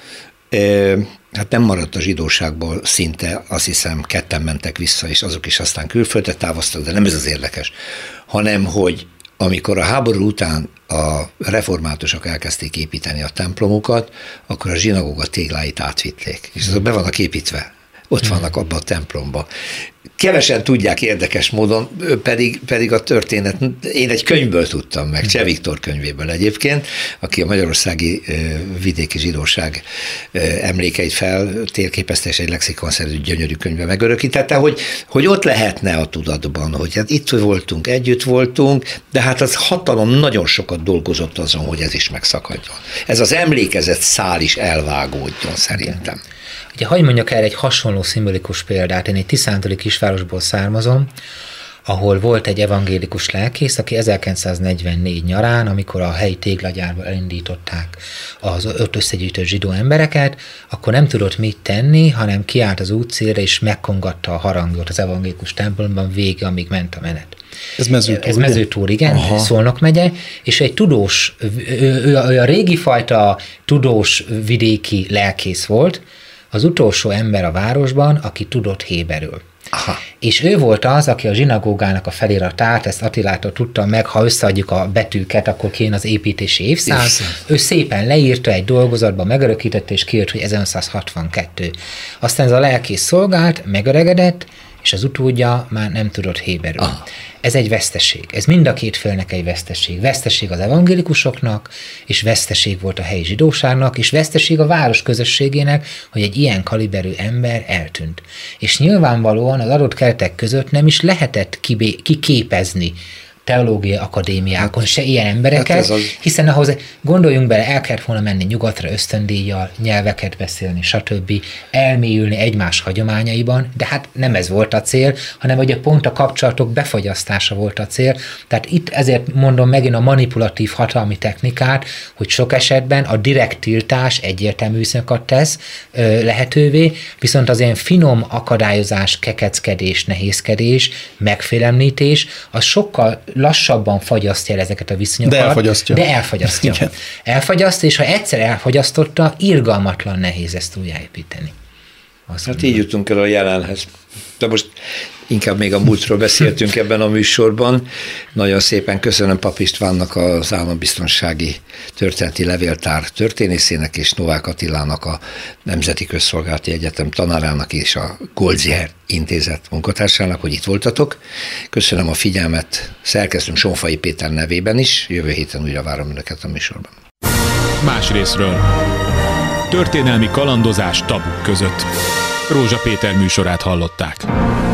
[SPEAKER 2] hát nem maradt a zsidóságból szinte, azt hiszem 2 mentek vissza, és azok is aztán külföldre távoztak, de nem ez az érdekes, hanem hogy amikor a háború után a reformátusok elkezdték építeni a templomokat, akkor a zsinagóga tégláit átvitték, és azok be vannak építve. Ott vannak abban a templomban. Kevesen tudják érdekes módon, pedig a történet, én egy könyvből tudtam meg, Cseh Viktor könyvéből egyébként, aki a magyarországi vidéki zsidóság emlékeit feltérképezte, és egy lexikonszerű gyönyörű könyvbe megörökítette, hogy ott lehetne a tudatban, hogy hát itt voltunk, együtt voltunk, de hát az hatalom nagyon sokat dolgozott azon, hogy ez is megszakadjon. Ez az emlékezett szál is elvágódjon szerintem.
[SPEAKER 4] Ugye, hagyj mondjak el egy hasonló szimbolikus példát, én egy tiszántúli kisvárosból származom, ahol volt egy evangélikus lelkész, aki 1944 nyarán, amikor a helyi téglagyárba elindították az ott összegyűjtött zsidó embereket, akkor nem tudott mit tenni, hanem kiállt az útszélre, és megkongatta a harangot az evangélikus templomban végig, amíg ment a menet. Ez Mezőtúr, igen, Szolnok megye, és egy tudós, ő a régi fajta tudós vidéki lelkész volt, az utolsó ember a városban, aki tudott héberül.
[SPEAKER 2] Aha.
[SPEAKER 4] És ő volt az, aki a zsinagógának a feliratát, ezt Attilától tudta meg, ha összeadjuk a betűket, akkor kéne az építési évszám. Ő szépen leírta egy dolgozatba, megörökítette, és kiírt, hogy 1562. Aztán ez a lelkész szolgált, megöregedett, és az utódja már nem tudott héberül.
[SPEAKER 2] Aha.
[SPEAKER 4] Ez egy veszteség. Ez mind a két félnek egy veszteség. Veszteség az evangélikusoknak, és veszteség volt a helyi zsidóságnak, és veszteség a város közösségének, hogy egy ilyen kaliberű ember eltűnt. És nyilvánvalóan az adott keretek között nem is lehetett kiképezni teológiai akadémiákon se ilyen embereket, hiszen ahhoz gondoljunk bele, el kellett volna menni nyugatra ösztöndíjjal, nyelveket beszélni, stb., elmélyülni egymás hagyományaiban, de hát nem ez volt a cél, hanem hogy pont a kapcsolatok befagyasztása volt a cél. Tehát itt ezért mondom megint a manipulatív hatalmi technikát, hogy sok esetben a direkt tiltás egyértelmű viszonyokat tesz lehetővé, viszont az ilyen finom akadályozás, kekeckedés, nehézkedés, megfélemlítés, az sokkal lassabban fagyasztja el ezeket a viszonyokat. De elfagyasztja. Elfagyasztja, és ha egyszer elfagyasztotta, irgalmatlan nehéz ezt újjáépíteni.
[SPEAKER 2] Hát így jutunk el a jelenhez. De most inkább még a múltról beszéltünk ebben a műsorban. Nagyon szépen köszönöm Pap Istvánnak, az Állambiztonsági Történeti Levéltár történészének, és Novák Attilának, a Nemzeti Közszolgálati Egyetem tanárának és a Goldziher Intézet munkatársának, hogy itt voltatok. Köszönöm a figyelmet szerkesztőm Sonfai Péter nevében is. Jövő héten újra várom önöket a műsorban.
[SPEAKER 1] Más részről. Történelmi kalandozás tabuk között. Rózsa Péter műsorát hallották.